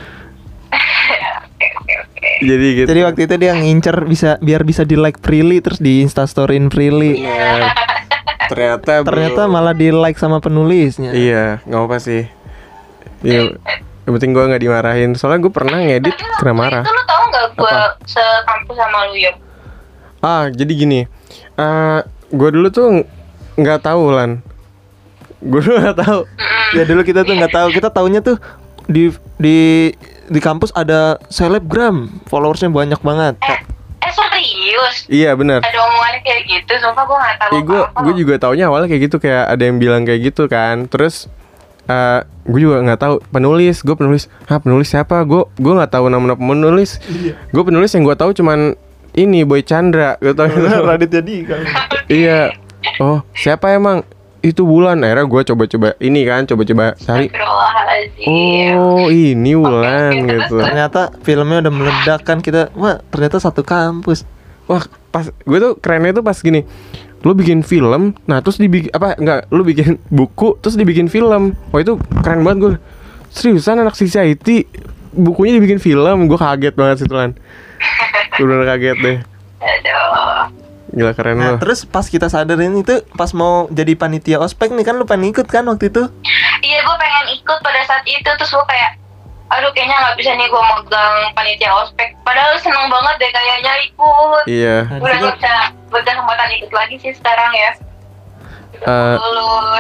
Oke, oke, oke. Jadi gitu. Jadi waktu itu dia ngincer bisa biar bisa di like Prilly terus di instastoryin Prilly. Nah, ternyata Ternyata belum. malah di like sama penulisnya. Iya, gak apa sih. Iya, yang penting gue gak dimarahin. Soalnya gue pernah ngedit Tapi waktu kena marah. itu lu tau gak gue Apa? sekampus sama lu, Yop? Ah, jadi gini. eh gue dulu tuh ng- nggak tahu Lan. Gue dulu nggak tahu. Ya dulu kita tuh nggak tahu, kita taunya tuh di di di kampus ada selebgram, followersnya banyak banget. Eh, eh serius? Iya benar. Ada omongannya kayak gitu, sumpah gue gak tahu Iya gue apa-apa. gue juga taunya awalnya kayak gitu, kayak ada yang bilang kayak gitu kan. Terus eh gue juga nggak tahu penulis. Gue penulis. Hah penulis siapa? Gue gue nggak tahu nama-nama penulis. Gue penulis yang gue tahu cuman ini Boy Chandra. Gue tahu. Raditya Dika. Iya. Oh siapa emang? Itu Wulan. Akhirnya gue coba-coba ini kan, coba-coba cari. Astagfirullahaladzim. Oh ini Wulan Oke, gitu. terus, Ternyata filmnya udah meledak kan, kita wah ternyata satu kampus. Wah pas gue tuh kerennya tuh pas gini, lu bikin film, nah terus dibikin apa enggak, lu bikin buku terus dibikin film. Wah itu keren banget gue. Seriusan anak C C I T bukunya dibikin film, gue kaget banget sih Tulan. Gue bener kaget deh. Aduh. Gila keren Nah, lo. terus pas kita sadarin itu pas mau jadi panitia ospek nih kan, lu pengen ikut kan waktu itu? Iya, gue pengen ikut pada saat itu. Terus gue kayak, aduh kayaknya gak bisa nih gue megang panitia ospek. Padahal seneng banget deh kayaknya ikut. Iya. Nah, Udah di situ- gak bisa berkesempatan ikut lagi sih sekarang ya. Udah Eh, lulus.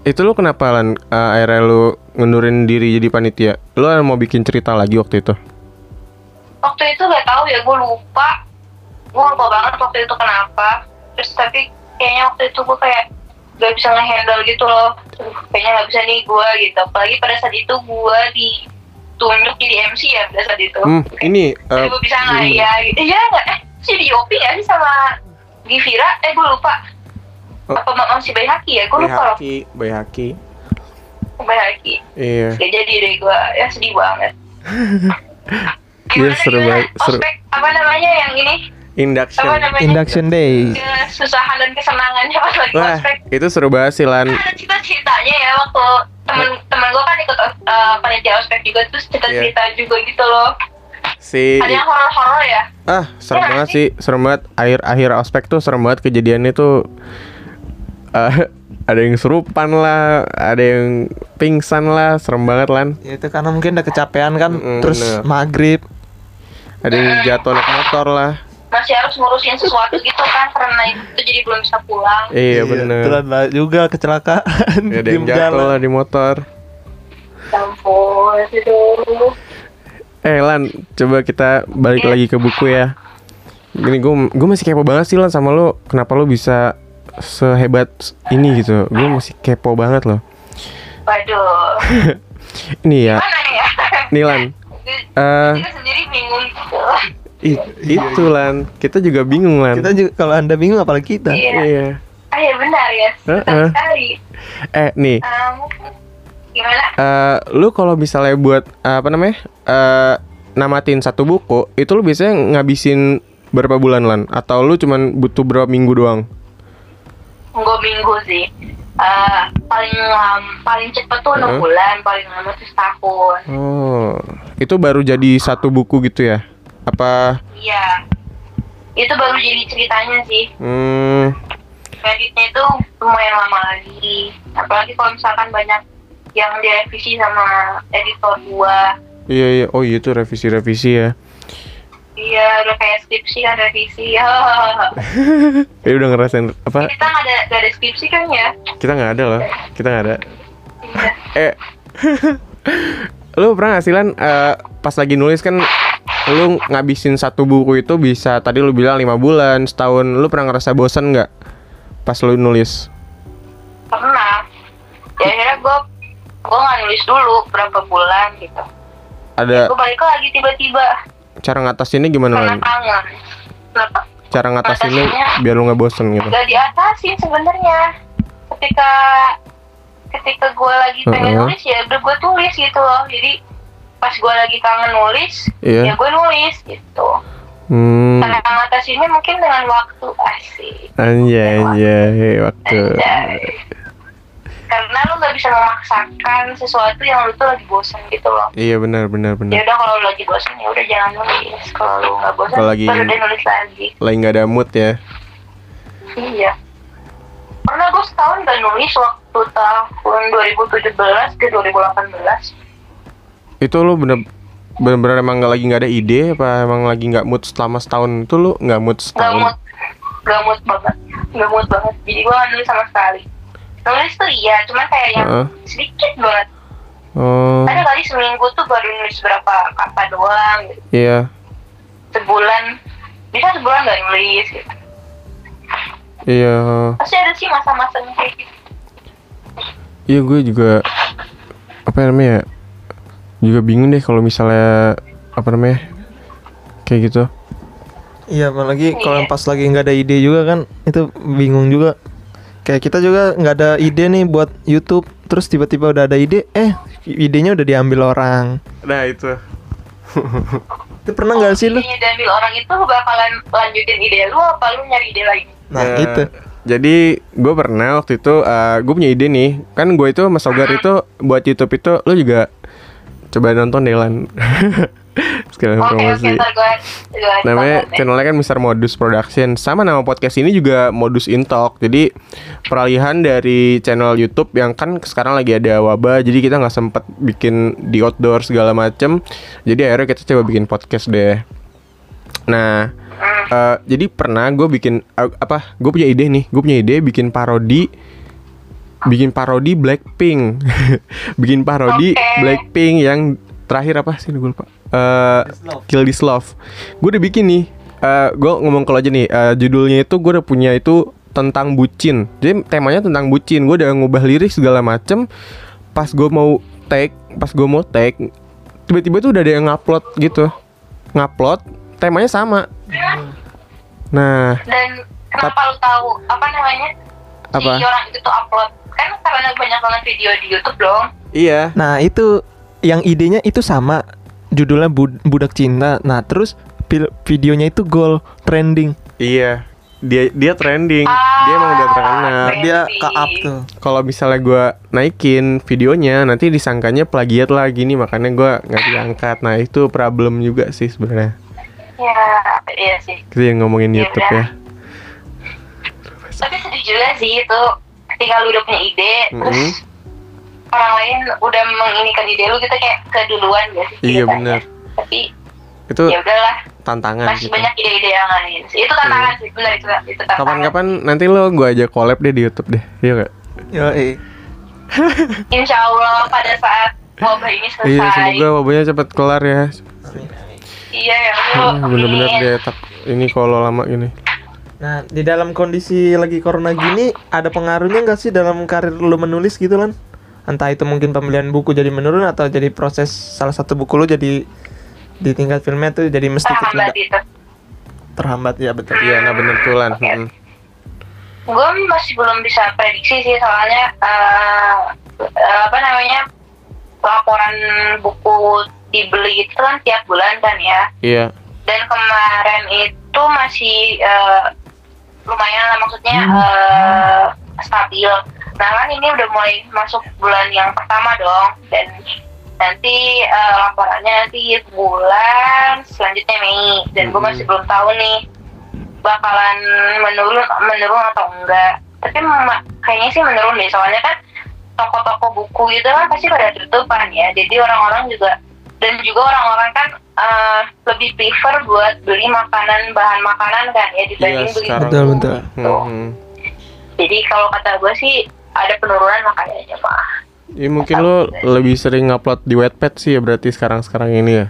Itu lu kenapa Lan uh, akhirnya lu ngundurin diri jadi panitia? Lu mau bikin cerita lagi waktu itu? Waktu itu gak tahu ya, gue lupa. Gue lupa banget waktu itu kenapa. Terus tapi kayaknya waktu itu gue kayak gak bisa nge-handle gitu loh. Uh, kayaknya gak bisa nih gue gitu. Apalagi pada saat itu gue ditunjuk jadi M C ya pada saat itu. Hmm, Oke. ini Jadi uh, gue bisa nggak hmm. ya gitu. Iya nggak? Eh si di O P nggak sih sama Givira? Eh gue lupa. Oh. Apa Mam si Bayhaki ya? Gue lupa loh. Bayhaki, Bayhaki. Bayhaki. Iya. Gak jadi deh gue. Ya sedih banget. Iya, seru banget, seru. Ospek apa namanya yang ini? Induction. Apa namanya? Induction day. Kesusahan dan kesenangannya pas lagi Wah, ospek. itu seru banget sih Lan. Ada cerita-ceritanya ya waktu temen-temen gue kan ikut uh, panitia ospek juga, terus cerita-cerita juga gitu loh. Si Ada yang horor-horor ya? ah serem Ya, banget sih? sih, serem banget. Akhir-akhir ospek tuh serem banget kejadiannya tuh. eh, ada yang serupan lah, ada yang pingsan lah, serem banget Lan. Ya itu karena mungkin udah kecapean kan, Mm-mm, terus bener. maghrib. Ada yang jatuh naik motor lah. Masih harus ngurusin sesuatu gitu kan, karena itu jadi belum bisa pulang. Iya bener. Terus ada juga kecelakaan. Ada di yang jatuh jalan. lah di motor. Ya ampun, itu. Eh Lan, coba kita balik Iya. lagi ke buku ya. Gini, gue gue masih kepo banget sih Lan sama lo. Kenapa lo bisa sehebat ini gitu? Gue masih kepo banget loh. Waduh. Ini ya, Mana ya? nih Lan. Eh, Kita sendiri bingung gitu. i- itu Lan. Kita juga bingung Lan. Kita juga kalau Anda bingung apalagi kita. Iya. Iya. Ah ya benar ya. Betul Heeh. sekali. Eh nih, Um, gimana? eh lu kalau misalnya buat eh, apa namanya? Eh namatin satu buku, itu lu biasanya ngabisin berapa bulan Lan? Atau lu cuman butuh berapa minggu doang? Gue minggu sih. Eh, paling lam, paling cepet tuh enam Heeh. bulan, paling lama tuh setahun. Oh, itu baru jadi satu buku gitu ya? Apa? Iya. Itu baru jadi ceritanya sih. Hmm, Kreditnya itu lumayan lama lagi. Apalagi kalau misalkan banyak yang direvisi sama editor gua. iya iya. Oh iya, itu revisi-revisi ya. Iya, udah kayak skripsi kan revisi. Ya udah ngerasain apa? Kita nggak ada nggak ada skripsi kan ya? Kita nggak ada loh. Kita nggak ada. Iya. Eh, lu pernah nggak sih Lan? eh, pas lagi nulis kan, lu ngabisin satu buku itu bisa tadi lu bilang lima bulan, setahun. Lu pernah ngerasa bosan nggak pas lu nulis? Pernah. Ya akhirnya gue gue nggak nulis dulu berapa bulan gitu. Ada Gue balik lagi tiba-tiba cara ngatasinnya gimana karena Lan? kangen. Kenapa? Cara ngatasinnya ngatasinnya- biar lu nggak bosen gitu. Gak diatasin sebenarnya. Ketika ketika gue lagi pengen Heeh. nulis ya udah gue tulis gitu loh. Jadi pas gue lagi kangen nulis, Iya. ya gue nulis gitu. Hmm, Cara ngatasinnya mungkin dengan waktu asik. anjay anjay waktu. Anjay. Karena lu nggak bisa memaksakan sesuatu yang lu tuh lagi bosan gitu loh. Iya benar benar Ya benar. udah kalau lu lagi bosan ya udah jangan nulis. Kalau lu nggak bosan Kalau lagi- baru deh nulis lagi. Lagi nggak ada mood ya. Iya. Pernah gue setahun gak nulis waktu tahun dua ribu tujuh belas ke dua ribu delapan belas. Itu lu bener bener-bener emang nggak lagi nggak ada ide apa emang lagi nggak mood selama setahun itu lu nggak mood Gak setahun? mood, gak mood banget, gak mood banget. Jadi gue gak nulis sama sekali. Nulis tuh iya, cuman kayak yang Heeh. sedikit banget. Oh Ada kali seminggu tuh baru nulis berapa kata doang gitu. iya Sebulan, bisa sebulan gak nulis gitu. iya Pasti ada sih masa-masa kayak gitu. iya gue juga apa namanya ya, juga bingung deh kalau misalnya apa namanya kayak gitu. Iya, apalagi kalau Iya. pas lagi nggak ada ide juga kan, itu bingung juga. Kayak kita juga nggak ada ide nih buat YouTube, terus tiba-tiba udah ada ide, eh idenya udah diambil orang. Nah itu. Itu pernah nggak sih lu? Idenya diambil orang itu bakalan lanjutin ide lu apa lu nyari ide lagi? Nah Ya, itu. Jadi gue pernah waktu itu uh, gue punya ide nih. Kan gue itu Mas Sogar itu buat YouTube itu lu juga coba nonton deh Lan. Sekalian Oke oke, promosi. ntar gue gue Namanya tonton deh. channelnya kan Mister Modus Production. Sama nama podcast ini juga Modus Intalk. Jadi peralihan dari channel YouTube yang kan sekarang lagi ada wabah, jadi kita nggak sempet bikin di outdoor segala macem. Jadi akhirnya kita coba bikin podcast deh. Nah, eh, jadi pernah gue bikin eh, apa? Gue punya ide nih. Gue punya ide bikin parodi bikin parodi Blackpink. Bikin parodi Oke. Blackpink yang terakhir apa sih gue lupa. Eh Kill This Love. Gue udah bikin nih. Eh gue ngomong kalau aja nih, eh, judulnya itu gue udah punya itu tentang bucin. Jadi temanya tentang bucin. Gue udah ngubah lirik segala macem. Pas gue mau tag, pas gue mau tag, tiba-tiba tuh udah ada yang ngupload gitu. Ngupload, temanya sama. Nah, Dan kenapa lu tahu apa namanya Apa? si orang itu tuh upload? Kan karena banyak banget video di YouTube dong. iya. Nah itu yang idenya itu sama, judulnya Bud- Budak Cinta. Nah terus pil- videonya itu goal trending. Iya. Dia dia trending. Ah, Dia emang udah terkenal. trending. Dia ke up tuh. Kalau misalnya gue naikin videonya, nanti disangkanya plagiat lagi nih, makanya gue nggak diangkat. Nah itu problem juga sih sebenarnya. Ya, iya sih. Kita yang ngomongin Ya YouTube udah. ya. Tapi sedih juga sih itu ketika lu udah punya ide, Mhm. terus orang lain udah menginikan ide lu gitu kayak keduluan ya sih. Iya, ceritanya. benar. Tapi Itu ya udahlah, tantangan masih gitu. banyak ide-ide yang lain. Itu tantangan sih, benar itu itu tantangan. Kapan-kapan nanti lo gue ajak collab deh di YouTube deh. Iya gak? Yo, eh. Insya Allah pada saat wabah ini selesai. Iya, semoga wabahnya cepet kelar ya. Iya ya Ah, Allah. Bener-bener amin. deh tak ini kalau lama gini. Nah di dalam kondisi lagi corona gini, ada pengaruhnya nggak sih dalam karir lu menulis gitu kan? Entah itu mungkin pembelian buku jadi menurun atau jadi proses salah satu buku lu jadi di tingkat filmnya tuh jadi mesti Terhambat ketunda, itu. terhambat ya betul. Iya, nah bener tuh Lan. Oke. Mm. Gue masih belum bisa prediksi sih soalnya eh, eh, apa namanya laporan buku dibeli itu kan tiap bulan kan ya. Iya. Dan kemarin itu masih eh, lumayan lah maksudnya eh, stabil. Nah kan ini udah mulai masuk bulan yang pertama dong dan nanti eh, laporannya nanti bulan selanjutnya Mei dan gue masih belum tahu nih bakalan menurun menurun atau enggak. Tapi ma- kayaknya sih menurun deh soalnya kan toko-toko buku gitu kan pasti pada tutupan ya. Jadi orang-orang juga dan juga orang-orang kan eh, lebih prefer buat beli makanan bahan makanan kan ya dibanding Iya, beli sekarang. Betul, betul. Mhm. Jadi kalau kata gue sih ada penurunan makanya mah. Ya mungkin lo lebih sering upload di Wattpad sih ya berarti sekarang-sekarang ini ya.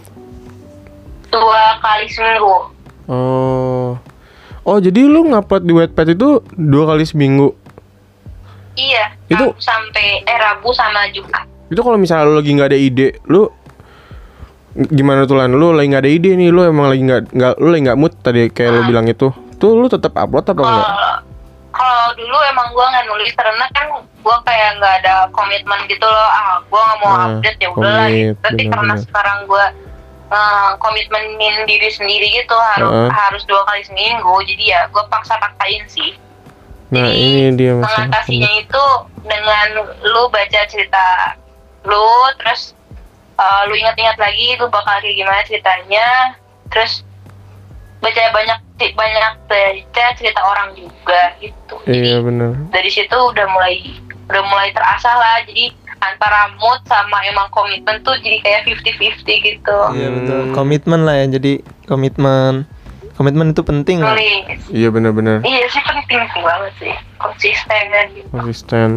Dua kali seminggu. Oh. Oh, jadi lu ngupload di Wattpad itu dua kali seminggu. Iya. Itu- Rabu sampai eh Rabu sama Jumat. Itu kalau misalnya lu lagi nggak ada ide, lu gimana tuh Lan? Lu lagi nggak ada ide nih, lu emang lagi nggak nggak lu lagi nggak mood tadi kayak lu bilang itu. Tuh lu tetap upload apa enggak? Kalau kalau dulu emang gue nggak nulis karena kan gue kayak nggak ada komitmen gitu loh. Ah, gue nggak mau Ah, update ya udahlah. komit, Gitu. Tapi karena benar-benar. sekarang gue eh, komitmenin diri sendiri gitu harus Heeh. harus dua kali seminggu. Jadi ya gue paksa-paksain sih. Nah, Jadi, ini dia masalah. mengatasinya itu dengan lu baca cerita lu, terus uh, lu ingat-ingat lagi lu bakal kayak gimana ceritanya, terus baca banyak banyak baca cerita orang juga gitu. Iya Jadi benar. dari situ udah mulai udah mulai terasa lah. Jadi antara mood sama emang komitmen tuh jadi kayak fifty fifty gitu. Iya betul. Komitmen lah ya, jadi komitmen. Komitmen itu penting lah. Nulis. Iya benar-benar. Iya sih penting sih banget sih, konsisten kan gitu. Konsisten.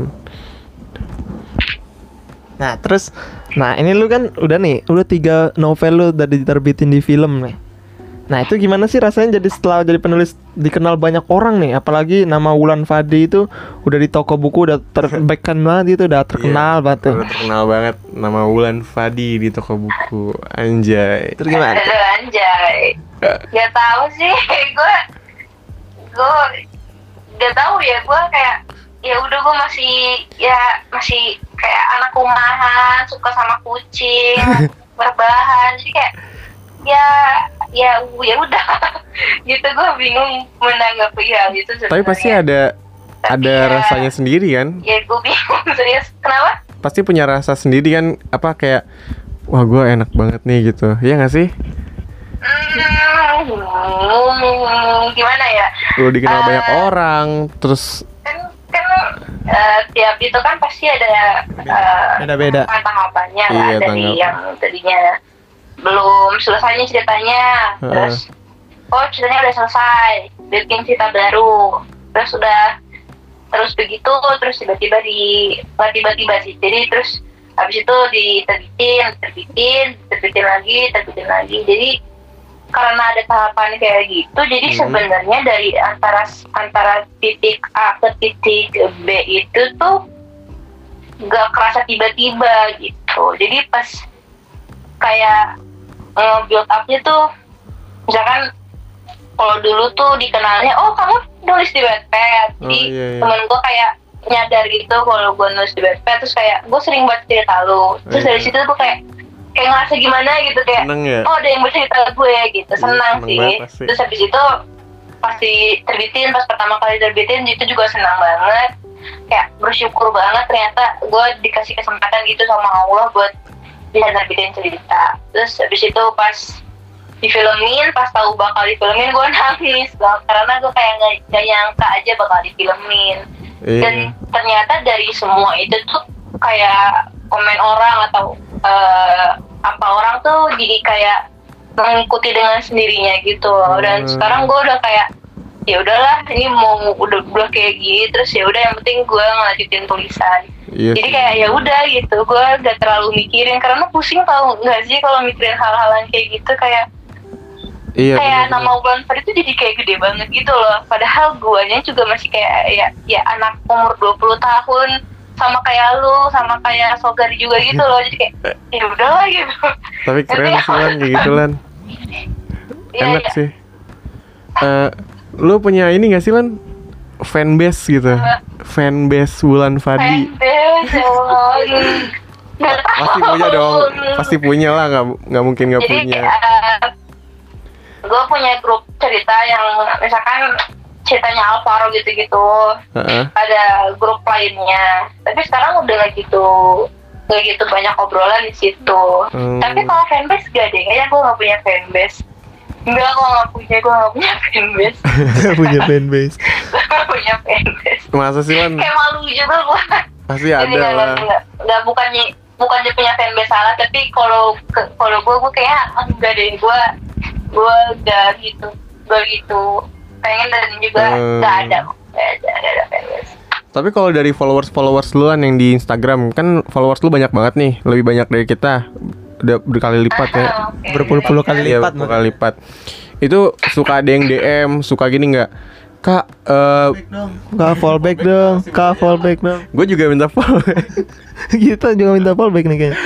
Nah terus, nah ini lu kan udah nih, udah tiga novel lu udah diterbitin di film nih. Nah itu gimana sih rasanya jadi setelah jadi penulis dikenal banyak orang nih, apalagi nama Wulan Fadi itu udah di toko buku udah terbackkan banget gitu, udah terkenal banget tuh. Udah terkenal banget nama Wulan Fadi di toko buku. Anjay. Terus gimana? Aduh anjay. Gak tahu sih, gue gue gak tahu ya, gue kayak ya udah gue masih ya masih kayak anak rumahan, suka sama kucing, berbahan, jadi kayak ya ya ya udah gitu. Gue bingung menanggapi hal itu sebenarnya. Tapi pasti ada Tapi ada ya, rasanya sendiri kan? ya gue bingung serius kenapa. Pasti punya rasa sendiri kan, apa kayak wah gue enak banget nih gitu. Iya gak sih? Hmm, gimana ya? Lu dikenal Eh, banyak orang, terus kan kan eh, tiap itu kan pasti ada eh, Beda-beda. tahapannya kan. Iya, Dari tanggap. yang tadinya belum selesainya ceritanya, Heeh. terus oh ceritanya udah selesai, bikin cerita baru, terus udah terus begitu, terus tiba-tiba di nggak tiba-tiba sih, jadi terus habis itu diterbitin terbitin terbitin lagi terbitin lagi. Jadi karena ada tahapan kayak gitu, jadi Hmm. sebenarnya dari antara antara titik A ke titik B itu tuh nggak kerasa tiba-tiba gitu. Jadi pas kayak nge-build up-nya tuh, misalkan kalau dulu tuh dikenalnya, oh kamu nulis di Wattpad, Oh, jadi iya, iya. temen gue kayak nyadar gitu kalau gue nulis di Wattpad, terus kayak gue sering baca cerita lu, terus Iya. dari situ gue kayak kayak ngerasa gimana gitu, kayak Seneng ya? oh ada yang baca cerita gue gitu, Iya, senang seneng sih. banget pasti. Terus habis itu pasti terbitin, pas pertama kali terbitin itu juga senang banget, kayak bersyukur banget ternyata gue dikasih kesempatan gitu sama Allah buat bisa terbitin cerita. Terus habis itu pas difilmin, pas tahu bakal difilmin gue nangis banget karena gue kayak nggak nggak nyangka aja bakal difilmin. Iya. Dan ternyata dari semua itu tuh kayak komen orang atau eh, apa orang tuh jadi kayak mengikuti dengan sendirinya gitu loh. Dan Hmm. sekarang gue udah kayak ya udahlah, ini mau udah udah kayak gini, terus ya udah yang penting gue ngelanjutin tulisan. Iya Jadi sih. kayak ya udah gitu, gue gak terlalu mikirin karena pusing tau nggak sih kalau mikirin hal-hal yang kayak gitu, kayak Iya. kayak bener-bener. nama Wulan Far itu jadi kayak gede banget gitu loh. Padahal guanya juga masih kayak ya ya anak umur dua puluh tahun, sama kayak lu, sama kayak Sogar juga gitu loh. Jadi kayak ya udahlah gitu. Tapi keren Ngerti sih Lan, kayak gitu Lan. Iya, Enak iya. sih. Eh, lu punya ini gak sih Lan? Fanbase gitu. Fanbase Wulan Fadi. Fanbase, ya Allah. Nggak tahu. Pasti punya dong. Pasti punya lah, nggak nggak mungkin nggak Jadi punya. gue punya grup cerita yang misalkan ceritanya Alvaro gitu-gitu, Heeh. ada grup lainnya. Tapi sekarang udah nggak gitu nggak gitu banyak obrolan di situ. Hmm. Tapi kalau fanbase gak deh, kayaknya gue nggak punya fanbase. Enggak, gue nggak punya, gue nggak punya fanbase. Punya fanbase. Gue nggak punya fanbase. Masa sih Lan? Kayak malu juga gue. Pasti Jadi ada nggak lah. nggak nggak bukannya bukannya punya fanbase salah, tapi kalau ke- kalau gue gue kayak ah, enggak deh, gue gue gak gitu, gue gitu pengen dan juga Hmm. nggak ada, nggak ada, nggak ada fanbase. Tapi kalau dari followers-followers lu Lan yang di Instagram, kan followers lu banyak banget nih, lebih banyak dari kita. Udah berkali lipat ya. Ah, oke. Berpuluh-puluh kali Iya, lipat. berpuluh kali lipat. Itu suka ada yang D M, suka gini nggak? Kak, eh Kak fallback dong, kak fallback dong. gue juga minta follow. Kita juga minta fallback nih kayaknya.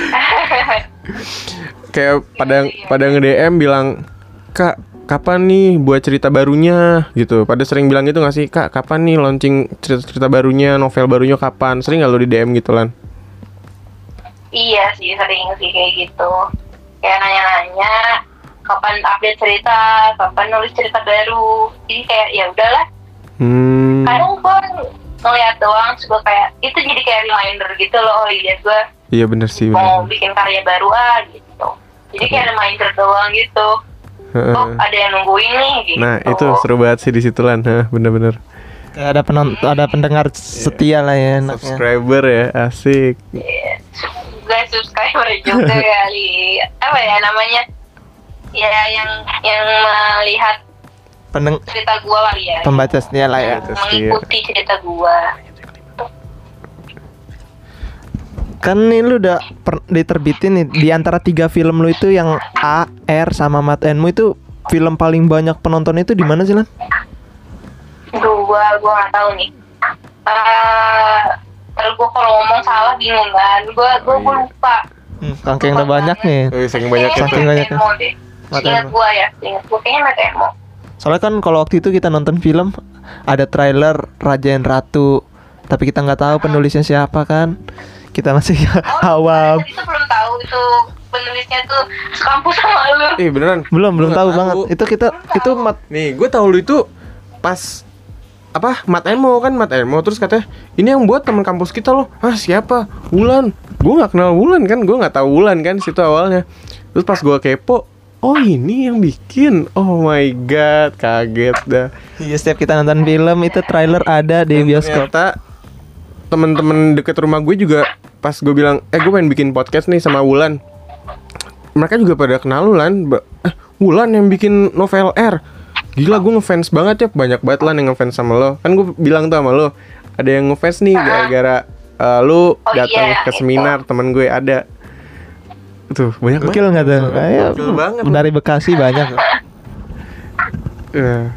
Kayak pada pada nge-D M bilang, "Kak, kapan nih buat cerita barunya?" gitu. Pada sering bilang gitu gak sih? "Kak, kapan nih launching cerita-cerita barunya, novel barunya kapan?" Sering gak lo di D M gitu Lan? Iya sih, sering sih kayak gitu, kayak nanya-nanya kapan update cerita, kapan nulis cerita baru. Jadi kayak ya udahlah, Hmm. kadang gue ngeliat doang, terus gue kayak itu jadi kayak reminder gitu loh, oh iya gue Iya bener sih. mau Bener. bikin karya baru ah gitu. Jadi kayak reminder doang gitu. Heeh. Oh ada yang nungguin nih gitu. Nah itu seru banget sih di situ Lan. Hah, bener-bener. Kayak ada penonton, ada pendengar setia lah ya enaknya. Subscriber ya, asik. Iya, guys subscriber juga kali. Apa ya namanya? Ya yang yang melihat Pendeng cerita gua kali ya. pembaca setia lah ya. Pembaca setia. Mengikuti cerita gua. Kan ini lu udah per- diterbitin nih, di antara tiga film lu itu yang A, R sama Mat Enmu itu film paling banyak penonton itu di mana sih Lan? Gua gua nggak tahu nih. Eh, Ntar gua kalau ngomong salah bingung kan. Gua gua, gua lupa. Hmm, saking udah banyak nih. Eh, saking banyak Kayaknya Saking Mat banyak Enmo deh. Mat Ingat Enmo. gua ya, ingat gua kayaknya Mat Enmo. Soalnya kan kalau waktu itu kita nonton film ada trailer Raja dan Ratu, tapi kita nggak tahu penulisnya siapa kan. Kita masih Oh, awam. Itu belum tahu itu penulisnya tuh sekampus sama lu. Eh beneran. Belum belum Gua tahu nggak banget. Itu kita itu mat Nih, gue tahu lu itu pas apa Mat Enmo kan Mat Enmo terus katanya ini yang buat teman kampus kita loh. Ah siapa? Wulan. Gue nggak kenal Wulan kan, gue nggak tahu Wulan kan situ awalnya. Terus pas gue kepo, oh ini yang bikin. Oh my god, kaget dah. Iya, setiap kita nonton film itu trailer ada di Dan bioskop. ternyata temen-temen deket rumah gue juga pas gue bilang, eh gue pengen bikin podcast nih sama Wulan. Mereka juga pada kenal lu Lan. Ba- Eh Wulan yang bikin novel R. Gila gue ngefans banget ya, banyak banget Lan yang ngefans sama lo. Kan gue bilang tuh sama lo, ada yang ngefans nih gara-gara uh, lu Oh, datang iya, ke itu. seminar temen gue ada. Tuh banyak banget. Gokil nggak tuh? Kayak Gokil banget. dari Bekasi banyak. Eh.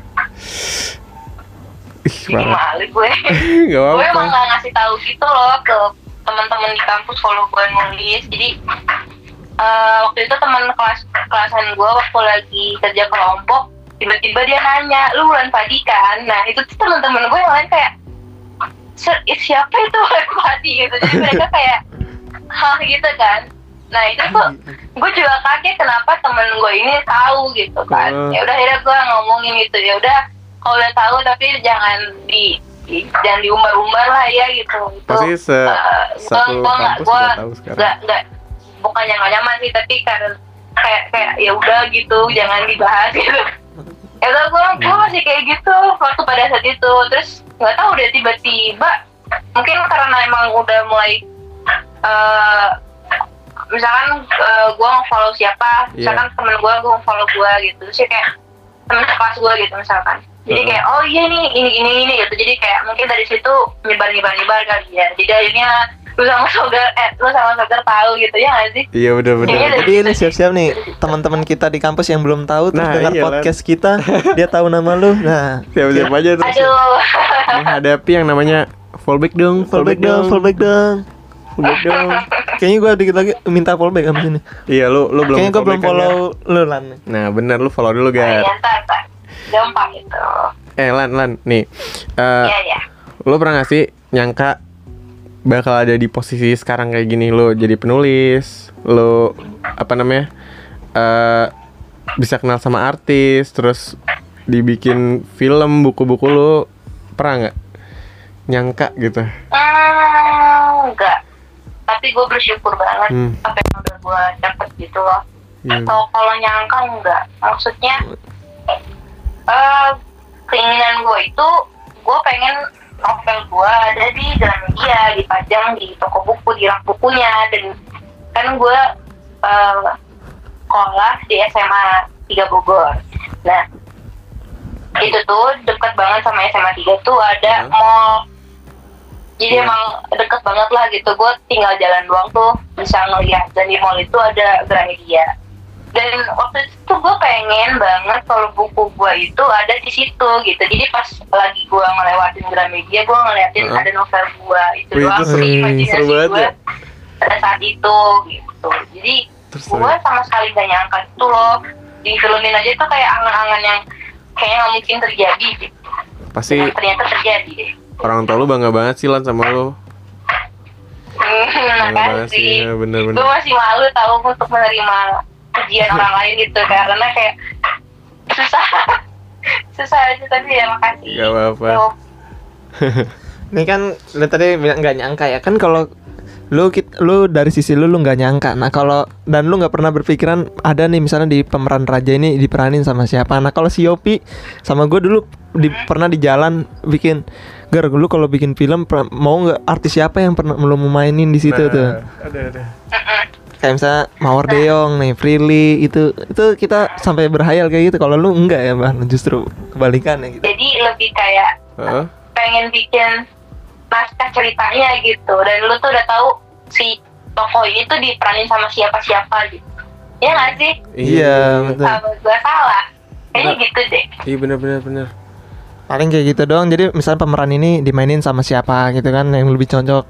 Ih, Jadi parah. malu gue. Gak Gue emang apa-apa. gak ngasih tahu gitu loh ke teman-teman di kampus kalau gue nulis. Jadi eh, waktu itu teman kelas kelasan gue waktu lagi kerja kelompok, tiba-tiba dia nanya, lu Wulan Padi kan? Nah itu tuh teman-teman gue yang lain kayak, "Se- siapa itu Wulan Padi?" gitu. Jadi mereka kayak, hah gitu kan. Nah itu tuh gue juga kaget kenapa temen gue ini tahu gitu kan. Oh. Ya udah akhirnya gue ngomongin gitu, ya udah kalau udah tahu tapi jangan di di- jangan diumbar-umbar lah ya gitu. Itu Pasti se eh, satu gua nggak kampus gua udah tahu sekarang. nggak nggak bukannya nggak nyaman sih, tapi karena kayak kayak ya udah gitu jangan dibahas gitu. Ya udah gue gue masih kayak gitu waktu pada saat itu. Terus nggak tahu udah tiba-tiba mungkin karena emang udah mulai eh misalkan uh, gue nge-follow siapa, Iya. misalkan temen gue, gue nge-follow gue gitu, terus ya kayak temen kelas gue gitu misalkan. Jadi Uh-uh. kayak, oh iya nih, ini, ini, ini gitu. Jadi kayak mungkin dari situ nyebar-nyebar-nyebar kali ya. Jadi akhirnya lu sama Sogar, eh lu sama Sogar tahu gitu ya nggak sih? Iya bener-bener. Iya, Jadi ini siap-siap nih teman-teman kita di kampus yang belum tahu terus Nah, dengar iya, Lan. podcast kita, dia tahu nama lu. Nah, Siap-siap aja terus Aduh. menghadapi yang namanya fallback dong, fallback dong, fallback dong. fallback dong. Kayaknya gue dikit lagi minta fallback abis ini. Iya lu lu belum Kayaknya gue belum fallback kan, follow lu Lan. Gar? Nah bener lu follow dulu Gar. Iya, ntar, ntar. Gampang gitu. Eh Lan Lan nih. eh, Iya, iya. Lu pernah gak sih nyangka bakal ada di posisi sekarang kayak gini, lu jadi penulis, lu apa namanya eh bisa kenal sama artis, terus dibikin film, buku-buku lu pernah nggak nyangka gitu? Hmm, enggak. Tapi gue bersyukur banget Hmm. apa yang udah gue dapet gitu loh. Iya. Atau kalau nyangka enggak. Maksudnya eh keinginan gue itu gue pengen novel gue ada di Gramedia, dipajang di toko buku, di rak bukunya. Dan kan gue eh, sekolah di S M A tiga Bogor. Nah itu tuh deket banget sama S M A tiga tuh ada Hmm. mall. Jadi Iya. emang deket banget lah gitu. Gue tinggal jalan doang tuh bisa ngeliat. Dan di mall itu ada Gramedia. Dan waktu itu gue pengen banget kalau buku gue itu ada di situ gitu. Jadi pas lagi gue ngelewatin Gramedia, gue ngeliatin Uh-huh. ada novel gue. Itu Wih, doang itu sih seru- imajinasi seru banget gue ya. pada saat itu gitu. Jadi Terus gue sama sekali gak nyangka itu loh. Di filmin aja tuh kayak angan-angan yang kayaknya gak mungkin terjadi gitu. Pasti Dan ternyata terjadi deh. orang tua lu bangga banget sih Lan sama lu. Bangga banget sih, Makasih. ya, bener-bener. Gue masih malu tahu untuk menerima pujian orang lain gitu karena kayak susah susah aja, tapi ya makasih. Gak apa-apa. Tuh. Ini kan lu tadi bilang nggak nyangka ya kan, kalau lu kit- lu dari sisi lu lu nggak nyangka. Nah kalau dan lu nggak pernah berpikiran ada nih misalnya di pemeran raja ini diperanin sama siapa. Nah kalau si Yopi sama gue dulu di, pernah di jalan bikin, Gar, lu kalau bikin film per- mau nggak artis siapa yang pernah lu mau mainin di situ tuh? Ada ada. Mm-mm. Kayak misalnya Mawar Deong nih, Prilly itu itu kita sampai berhayal kayak gitu. Kalau lu enggak ya bang, justru kebalikannya gitu. Jadi lebih kayak Heeh. pengen bikin naskah ceritanya gitu, dan lu tuh udah tahu si tokoh ini tuh diperanin sama siapa-siapa gitu. Ya nggak sih? Iya, betul. Apa gue salah? Kayaknya Enggak. gitu deh. Iya bener-bener bener. Paling kayak gitu doang. Jadi misalnya pemeran ini dimainin sama siapa gitu kan yang lebih cocok.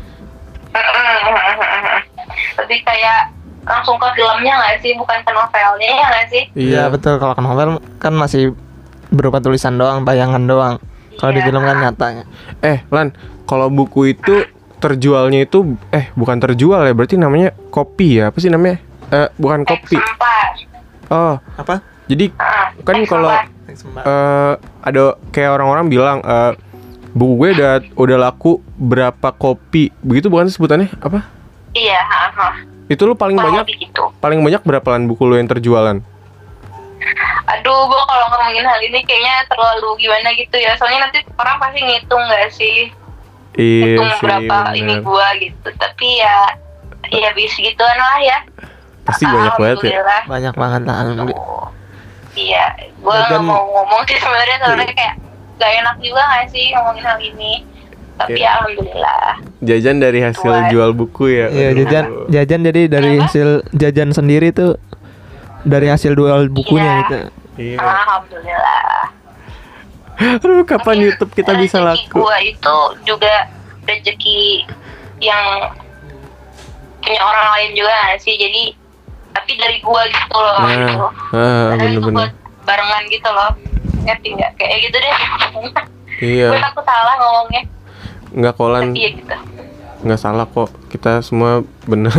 Lebih kayak langsung ke filmnya nggak sih, bukan ke novelnya ya nggak sih? Iya betul. Kalau kan novel kan masih berupa tulisan doang, bayangan doang. Kalau di Iya. film kan nyatanya. Eh Lan, kalau buku itu terjualnya itu eh bukan terjual ya, berarti namanya kopi ya? Apa sih namanya? Eh bukan kopi. Exemplar. Oh, Apa? jadi Ah, kan kalau exemplar. eh ada kayak orang-orang bilang eh buku gue udah udah laku berapa kopi. Begitu bukan sih sebutannya? Apa? Iya, ha, ha. Itu lu paling Kurang banyak lebih gitu. paling banyak berapa Lan buku lu yang terjualan? Aduh, gue kalau ngomongin hal ini kayaknya terlalu gimana gitu ya. Soalnya nanti orang pasti ngitung nggak sih? Iya Hitung sih, berapa ini bener. gue gitu. Tapi ya, ya bis gituan lah ya. Pasti banyak banget ya. Alhamdulillah. Banyak banget lah. alhamdulillah. Oh, iya, gue Dan- nggak mau ngomong sih sebenarnya soalnya kayak gak enak juga nggak sih ngomongin hal ini. Tapi Iya. alhamdulillah. Jajan dari hasil Buat- jual buku ya. Iya Aduh. jajan jajan jadi dari hasil jajan sendiri tuh dari hasil jual bukunya Iya. gitu. Iya. Alhamdulillah. Aduh, kapan Mungkin YouTube kita bisa rezeki laku? gua itu juga rezeki yang punya orang lain juga nggak sih, jadi tapi dari gua gitu loh. Nah, gitu. ah, Padahal itu bener-bener. buat barengan gitu loh, ngerti nggak kayak gitu deh. Iya. Gue takut salah ngomongnya, Nggak kolan, tapi ya gitu. nggak salah kok. Kita semua bener.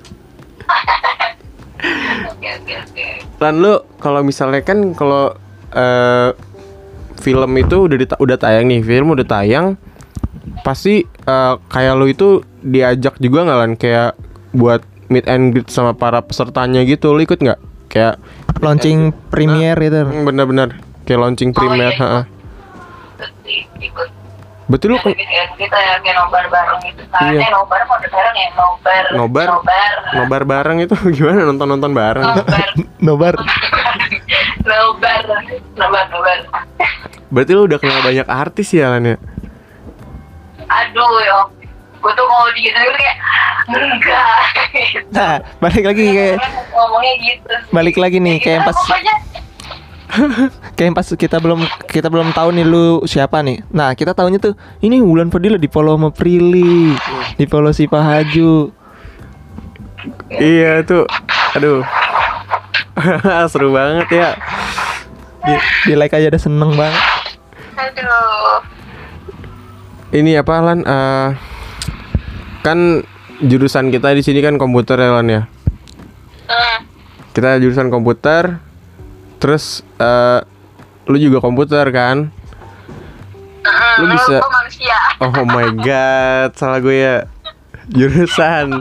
Oke oke oke. Lan, lu kalau misalnya kan kalau eh, film itu udah dita- udah tayang nih, film udah tayang, pasti eh, kayak lu itu diajak juga nggak Lan, kayak buat meet and greet sama para pesertanya gitu, lu ikut nggak? Kayak Launching premiere gitu. hmm, bener-bener kayak launching Oh, premiere, iya, ha-ha. Ikut ikut. Betul lu Kayak ke- gitu, kita kayak nobar bareng gitu kan. Iya. Eh nobar mau bareng ya nobar. Nobar? Nobar. nobar bareng itu gimana, nonton-nonton bareng? Nobar. Nobar. Nobar. Nobar nobar. Berarti lu udah kenal banyak artis ya Lan ya? Aduh yo. Gue tuh mau di gitu kayak enggak. Nah, balik lagi kayak Ngomongnya gitu. balik lagi nih kayak pas Pokoknya kayak pas kita belum kita belum tahu nih lu siapa nih. Nah, kita tahunya tuh ini Wulan Fadila di follow sama Prilly, di follow si Pak Haju. Iya tuh, aduh. Seru banget ya. Di, di like aja udah seneng banget. aduh. Ini apa Lan? Eh, kan jurusan kita di sini kan komputer ya Lan ya. Hmm. Kita jurusan komputer. Terus eh, lu juga komputer kan? Hmm, Lu bisa- Gue manusia. Oh my god, salah gue ya. Jurusan.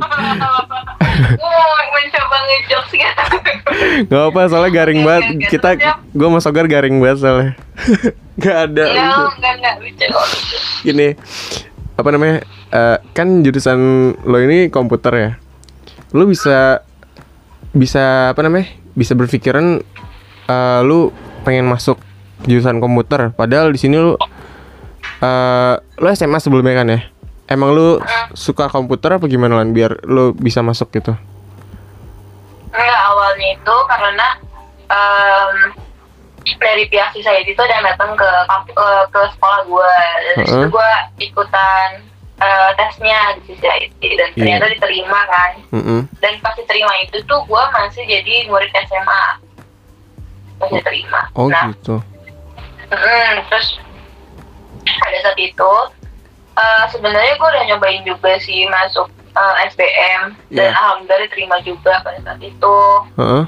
Gue mau mencoba ngejokes gitu. Gak apa, soalnya garing Oke, banget. oke, oke. Kita, Terus ya? gue sama Sogar garing banget soalnya. Gak ada. Enggak, gitu. enggak, enggak lucu kok. Gini, apa namanya? eh, kan jurusan lo ini komputer ya. Lo bisa bisa apa namanya? Bisa berpikiran eh, lu pengen masuk jurusan komputer. Padahal di sini lu eh lu S M A sebelumnya kan ya? Emang lu suka komputer apa gimana Lan biar lu bisa masuk gitu? Enggak, awalnya itu karena em, dari pihak sisa itu udah datang ke kamp- eh, ke sekolah gue. Dari situ Heeh. gue ikutan eh, tesnya di sisa I T dan Iya. ternyata diterima kan. Mm-mm. Dan pas diterima itu tuh gue masih jadi murid S M A. Masih diterima. Oh Nah, gitu. mm, terus pada saat itu eh, sebenarnya gue udah nyobain juga sih masuk eh, S B M dan Iya. alhamdulillah diterima juga pada saat itu. Heeh.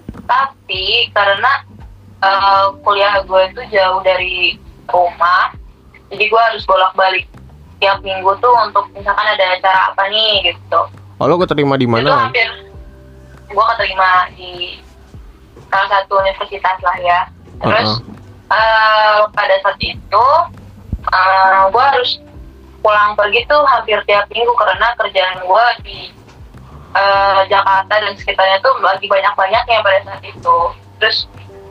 Tapi karena eh, kuliah gue itu jauh dari rumah, jadi gue harus bolak-balik tiap minggu tuh untuk misalkan ada acara apa nih gitu. Oh lu keterima di Itu mana? Lan? hampir gue keterima di salah satu universitas lah ya. Terus eh, pada saat itu eh, gue harus pulang pergi tuh hampir tiap minggu karena kerjaan gue di eh, Jakarta dan sekitarnya tuh lagi banyak-banyaknya pada saat itu. Terus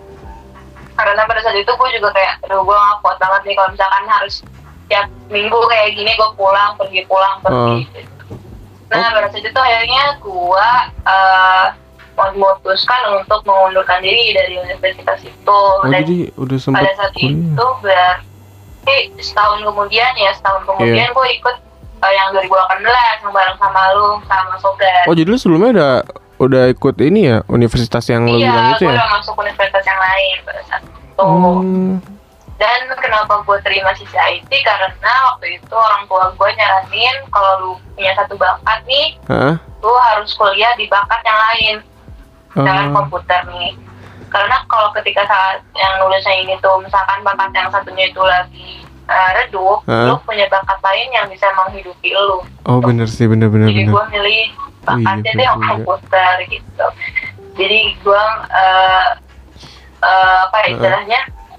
karena pada saat itu gue juga kayak aduh gue gak kuat banget nih kalau misalkan harus tiap minggu kayak gini gue pulang pergi pulang pergi gitu. Nah pada saat itu akhirnya gue uh, memutuskan untuk mengundurkan diri dari universitas itu. Oh Dan jadi udah sempet pada saat kuliah. itu berarti setahun kemudian ya setahun kemudian Iya. gue ikut uh, yang dua ribu delapan belas yang bareng sama lu sama Sogar. Oh jadi lu sebelumnya udah udah ikut ini ya universitas yang lo bilang Iya, itu gue ya? udah masuk universitas yang lain pada saat itu. Hmm. Dan kenapa gue terima sisi I T karena waktu itu orang tua gue nyaranin kalau lu punya satu bakat nih, Hah? lu harus kuliah di bakat yang lain, misalkan Oh. komputer nih. Karena kalau ketika saat yang nulisnya ini tuh misalkan bakat yang satunya itu lagi uh, redup, Hah? lu punya bakat lain yang bisa menghidupi lu. Oh bener sih, bener bener Jadi bener. gue milih Oh iya, bakatnya bener deh yang juga. komputer gitu. Jadi gue uh, uh, apa ya Heeh. istilahnya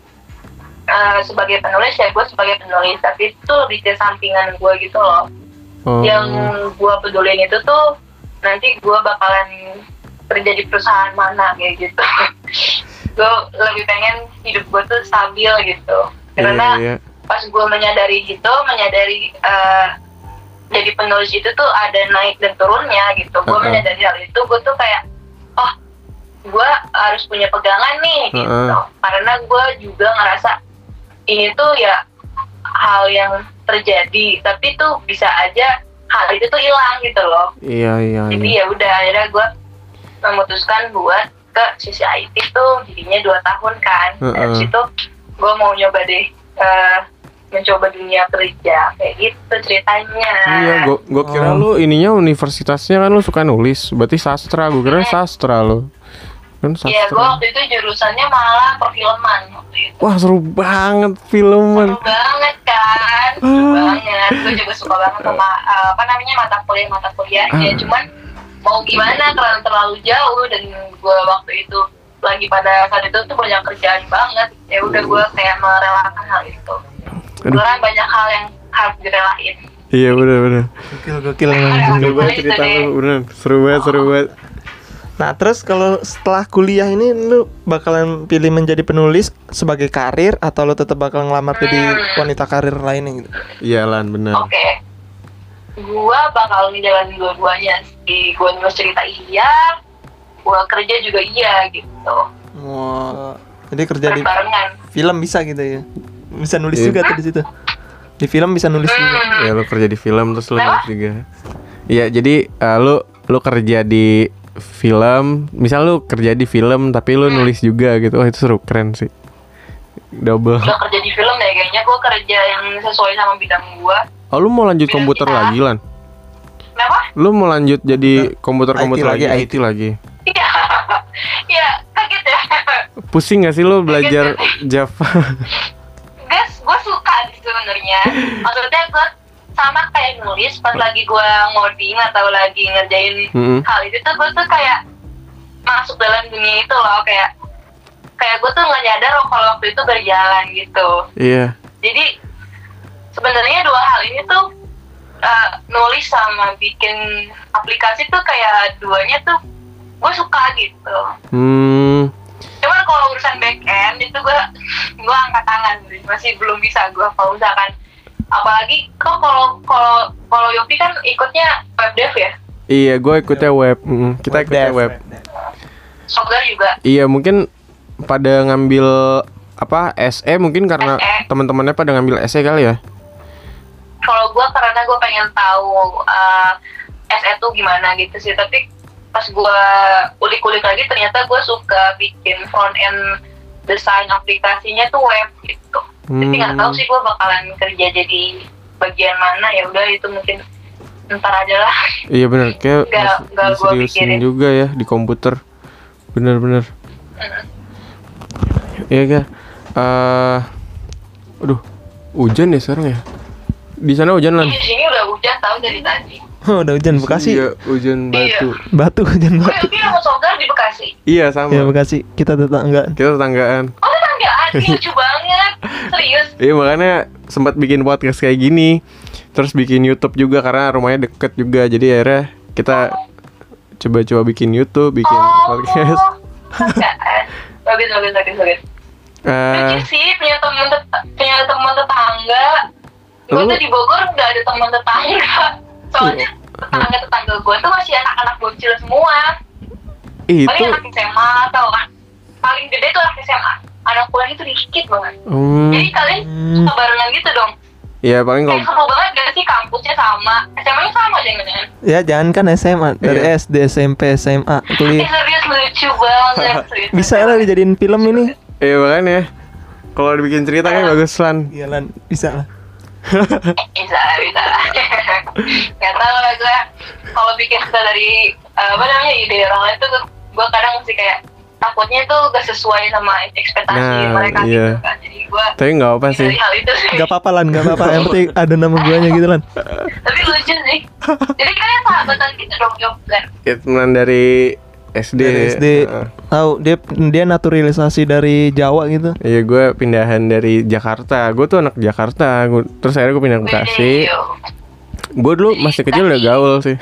uh, sebagai penulis ya gue sebagai penulis, tapi itu lebih ke sampingan gue gitu loh. Oh. Yang gue pedulin itu tuh nanti gue bakalan kerja di perusahaan mana kayak gitu. Gue lebih pengen hidup gue tuh stabil gitu. Karena Iya, iya. pas gue menyadari gitu, menyadari uh, jadi penulis itu tuh ada naik dan turunnya gitu. Gue Uh-uh. menyadari hal itu, gue tuh kayak, oh, gue harus punya pegangan nih gitu. Uh-uh. Karena gue juga ngerasa ini tuh ya hal yang terjadi, tapi tuh bisa aja hal itu tuh hilang gitu loh. Iya iya. Jadi iya. ya udah akhirnya gue memutuskan buat ke sisi I T tuh jadinya dua tahun kan. Uh-uh. Dari situ gue mau nyoba deh uh, mencoba dunia kerja kayak gitu ceritanya. Iya, gua gua kira Oh. lu ininya universitasnya kan lu suka nulis, berarti sastra. Gua kira sastra lu. Kan Iya, gue sastra. waktu itu jurusannya malah perfilman waktu itu. Wah, seru banget filman. Seru banget kan, seru banget. Gue juga suka banget sama uh, apa namanya mata kuliah mata kuliahnya. Ah. Cuman mau gimana karena terlalu jauh dan gue waktu itu lagi pada saat itu tuh banyak kerjaan banget. Ya udah gue kayak merelakan hal itu. Aduh. Karena banyak hal yang harus direlain. Iya, bener bener. Gokil gokil Aduh. emang. Gila banget Boleh, cerita boleh. lu, bener. Seru banget, seru banget. Nah terus kalau setelah kuliah ini lu bakalan pilih menjadi penulis sebagai karir atau lu tetap bakal ngelamar jadi wanita karir lainnya gitu? Iya, Lan, bener. Oke, gua bakal ngejalanin dua-duanya sih. Gua nulis cerita iya, gua kerja juga iya gitu. Wah, jadi kerja di Berbarengan. film bisa gitu ya? Bisa nulis Iya. juga tuh di situ. Di film bisa nulis juga. Hmm. Ya, lu kerja di film terus lu Kenapa? nulis juga. Iya, jadi uh, lu lu kerja di film, misal lu kerja di film tapi lu nulis juga gitu. Oh, itu seru, keren sih. Double. Udah kerja di film ya kayaknya gua kerja yang sesuai sama bidang gua. Oh, lu mau lanjut Bidang komputer kita. lagi, Lan? Kenapa? Lu mau lanjut jadi komputer-komputer I T lagi, lagi, I T lagi. Iya, iya kaget ya. Pusing gak sih lu belajar Java? Guys, gua suka sih sebenarnya. Maksudnya gua sama kayak nulis pas lagi gua ngoding atau lagi ngerjain Mm-mm. hal itu tuh gue tuh kayak masuk dalam dunia itu loh, kayak kayak gue tuh nggak nyadar oh, kalau waktu itu berjalan gitu. Iya. Jadi sebenarnya dua hal ini tuh uh, nulis sama bikin aplikasi tuh kayak duanya tuh gue suka gitu. Hmm. Cuman kalau urusan back end itu gue gue angkat tangan, masih belum bisa gue kalau misalkan apalagi kok kalau kalau kalau Yopi kan ikutnya web dev ya, Iya, gue ikutnya web. Mm, kita ikutnya web. Sogar juga. Iya, mungkin pada ngambil apa S E mungkin karena S E. teman-temannya pada ngambil S E kali ya. Kalau gue karena gue pengen tahu uh, S E tuh gimana gitu sih, tapi pas gue ulik-ulik lagi ternyata gue suka bikin front end desain aplikasinya tuh web gitu. Tapi nggak tahu Hmm. sih gue bakalan kerja jadi bagian mana, ya udah itu mungkin ntar aja lah. Iya benar, kayak Nggak- masih nggak gua diseriusin pikirin. juga ya di komputer. Bener-bener. Mm. Iya kan. Eh, aduh, hujan ya sekarang ya. Di sana hujan Lan? Di sini udah hujan tahu dari tadi. Oh, udah hujan Bekasi. Iya, hujan batu. Batu hujan Gue batu. Yopi sama Sogar di Bekasi. Iya sama. Ya Bekasi, kita tetangga. Kita tetanggaan. Oh tetanggaan, lucu banget. Serius. Iya makanya sempat bikin podcast kayak gini. Terus bikin YouTube juga karena rumahnya deket juga. Jadi akhirnya kita coba-coba bikin YouTube, bikin podcast. Tetanggaan. Bagus, bagus, bagus, bagus. Eh, Lucu sih punya teman tet- punya teman tetangga. Gue Lu- tuh di Bogor nggak ada teman tetangga. Soalnya tetangga tetangga gue tuh masih anak-anak bocil semua. itu Paling anak S M A atau kan paling gede tuh anak S M A. Anak kuliah itu dikit banget. hmm, Jadi kalian Hmm. suka barengan gitu dong. ya paling kalau Kayak seru banget gak sih kampusnya sama, S M A-nya sama jangan-jangan. Ya jangan kan S M A, dari Iya. S D, S M P, S M A, Eh kuliah. serius lucu banget. Serius, Bisa serius. lah dijadiin film ini. iya makanya kalau dibikin cerita kayak bagus Lan. Iya Lan, bisa lah. Bisa, bisa. Gak tau lah gue kalau bikin cerita dari uh, apa namanya ide orang lain tuh gue kadang masih kayak takutnya tuh gak sesuai sama ekspektasi Nah, mereka iya. gitu kan. Jadi gue Tapi nggak apa sih. dari hal itu sih. Gak apa-apa Lan, gak apa-apa. Yang penting ada nama guanya gitu Lan. Tapi lucu sih. Jadi kalian sahabatan gitu dong, Jok kan? Ya teman dari S D. Dari S D. Heeh. Tahu dia dia naturalisasi dari Jawa gitu. Iya gue pindahan dari Jakarta. Gue tuh anak Jakarta. Gua, terus akhirnya gue pindah ke Bekasi. Wih, Gue dulu masih kecil udah gaul sih.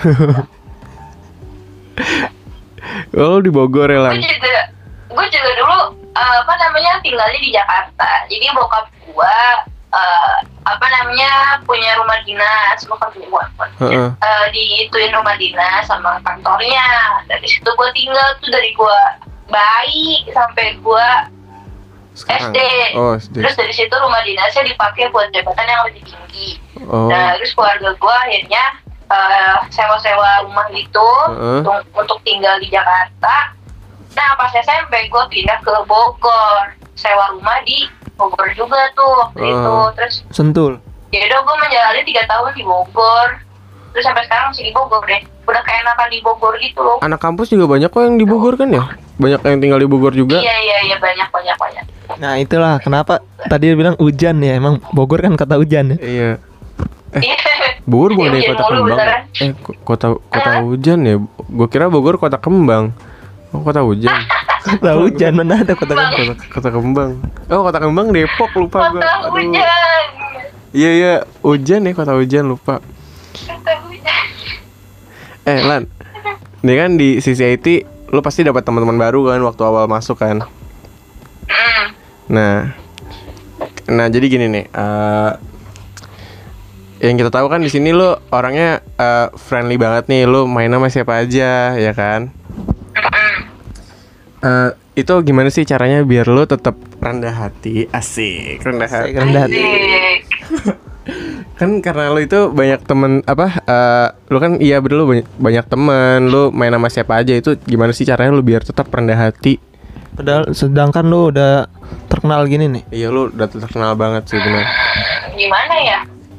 Oh di Bogor ya Lan. Gue juga, gue juga dulu uh, apa namanya tinggalnya di Jakarta. Jadi bokap gue eh, apa namanya punya rumah dinas, bukan punya bukan. Heeh. Eh, diituin rumah dinas sama kantornya. Dari situ gue tinggal tuh dari gue bayi sampai gue Sekarang. S D. Oh, S D. Terus dari situ rumah dinasnya dipakai buat jabatan yang lebih tinggi. Oh. Nah, terus keluarga gue akhirnya eh, sewa-sewa rumah gitu Heeh. untuk, untuk tinggal di Jakarta. Nah, pas S M P gue pindah ke Bogor, sewa rumah di Bogor juga tuh waktu Oh. itu. Terus Sentul. ya udah gue menjalani tiga tahun di Bogor. Terus sampai sekarang masih di Bogor deh. Udah keenakan di Bogor gitu loh. Anak kampus juga banyak kok yang di Bogor kan ya? Banyak yang tinggal di Bogor juga. Iya iya iya banyak banyak banyak. Nah itulah kenapa tadi dia bilang hujan ya. Emang Bogor kan kota hujan ya. Iya. Iya. Bogor bukan Iya, dari hujan kota mulu kembang. beneran. Eh, ko- kota kota Hah? hujan ya. Gue kira Bogor kota kembang. Oh, kota hujan. Kota hujan mana ada kota Bang. kembang. Kota, kota kembang. Oh, kota kembang Depok lupa gue. Kota hujan. Iya iya, hujan ya, kota hujan lupa. Kota hujan. Eh, Lan. Ini kan di C C I T lu pasti dapat teman-teman baru kan waktu awal masuk kan. Hmm. Nah, nah jadi gini nih, eh, yang kita tahu kan di sini lu orangnya eh, friendly banget nih, lu main sama siapa aja, ya kan? Mm-mm. Eh, itu gimana sih caranya biar lu tetap rendah hati, asik, rendah hati? Asik, rendah hati. Asik. Kan karena lu itu banyak temen apa? eh, lu kan iya bener lu banyak, banyak temen, lu main sama siapa aja, itu gimana sih caranya lu biar tetap rendah hati? Padahal sedangkan lu udah terkenal gini nih. Iya lu udah terkenal banget sih bener. Gimana ya?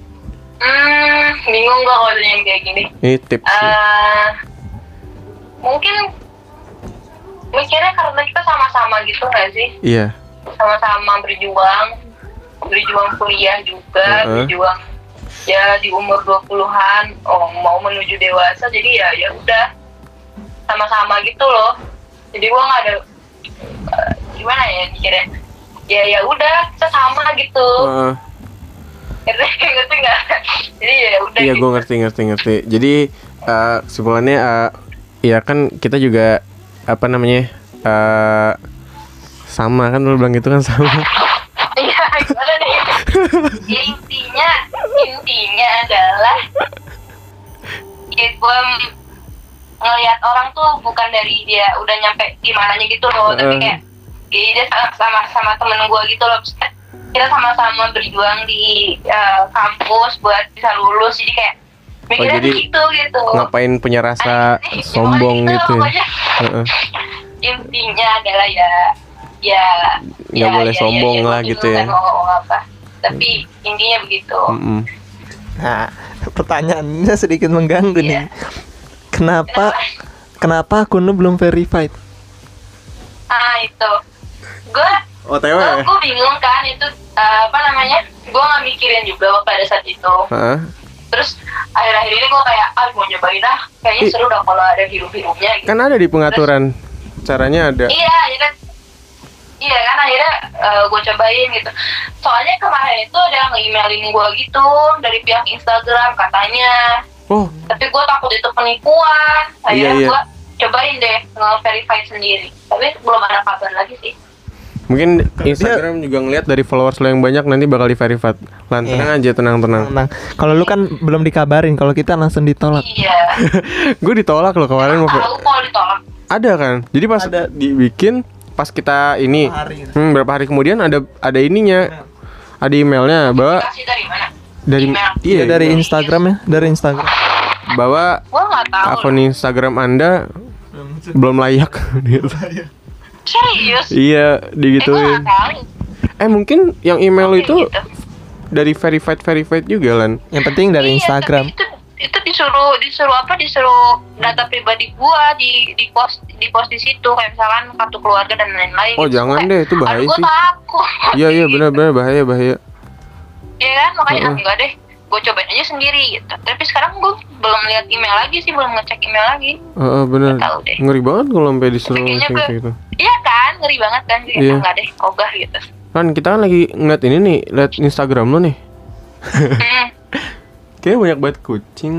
Hmm, bingung gak kalau yang kayak gini. Ini tips nih. Eh, mungkin mikirnya karena kita sama-sama gitu gak sih? Iya. Sama-sama berjuang, berjuang kuliah juga, Uh-uh. berjuang ya di umur dua puluhan, oh mau menuju dewasa, jadi ya ya udah sama-sama gitu loh. Jadi gua nggak ada eh, gimana ya mikirnya, ya ya udah kita sama gitu. Heeh. Ngerti ngerti nggak? Jadi ya udah. Iya, gitu. gue ngerti ngerti ngerti. Jadi eh kesimpulannya, eh ya kan kita juga apa namanya eh sama kan, lu bilang gitu kan sama. Iya, gimana nih? Ya, intinya, intinya adalah ya gue ngelihat orang tuh bukan dari dia udah nyampe di mananya gitu loh, tapi Uh. kayak ya dia sama sama, sama temen gue gitu loh. Maksudnya, kita sama-sama berjuang di eh, kampus buat bisa lulus, jadi kayak mikirnya jadi gitu gitu. Ngapain punya rasa Anjing, sombong gimana gitu ya? pokoknya. Heeh. Intinya adalah ya ya Nggak boleh sombong lah gua gitu bingung ya. kan mau ngomong apa, tapi intinya begitu. Mm-mm. Nah pertanyaannya sedikit mengganggu Iya. nih. Kenapa kenapa akun lu belum verified? Ah itu gue O T W ya? gue bingung kan itu eh, apa namanya, gue nggak mikirin juga pada saat itu. Heeh. Terus akhir-akhir ini gue kayak ah mau nyobain ah, kayaknya Ih. seru dah kalau ada biru-birunya gitu. Kan ada di pengaturan. Caranya ada. Iya, iya kan. Iya kan akhirnya gue cobain gitu. Soalnya kemarin itu ada yang nge-emailin gue gitu dari pihak Instagram katanya. Oh, Tapi gue takut itu penipuan. Akhirnya Iya, iya. gue cobain deh nge-verify sendiri. Tapi belum ada kabar lagi sih. mungkin Instagram juga ngeliat dari followers lo yang banyak nanti bakal di-verified. Lan, tenang aja, tenang-tenang. Tenang. Kalau lu kan belum dikabarin, kalau kita langsung ditolak. Iya. Gue ditolak loh kemarin mau. Tahu kalau ditolak. Ada kan? Jadi pas Ada. dibikin, pas kita ini, Berapa hari gitu. hmm, berapa hari kemudian ada ada ininya, ada emailnya bahwa Kasih dari mana? dari Email. iya Iya dari Instagram ya, dari Instagram. bahwa Gue nggak tahu. akun Instagram Anda belum layak. Serius? Iya, Eh, gue digituin. nggak tahu. Eh mungkin yang email Oke, itu gitu. dari verified verified juga Lan. Yang penting dari Iya, Instagram. tapi Itu, itu disuruh disuruh apa? Disuruh data pribadi gua di di post di post di situ kayak misalkan kartu keluarga dan lain-lain. Oh, gitu. jangan Kayak, deh, itu bahaya aduh, gua sih. takut. Iya iya benar-benar bahaya bahaya. Iya kan makanya Heeh. ah, enggak deh. Gue cobain aja sendiri gitu. Tapi sekarang gue belum lihat email lagi sih, belum ngecek email lagi. Heeh benar. Nggak tahu deh. Ngeri banget kalau sampai disuruh Kayaknya kayak gue- gitu. Iya kan, ngeri banget kan? Kayak Iya. enggak deh, ogah gitu. Kan kita kan lagi ngeliat ini nih, liat Instagram lo nih. Hmm, Kayaknya banyak banget kucing.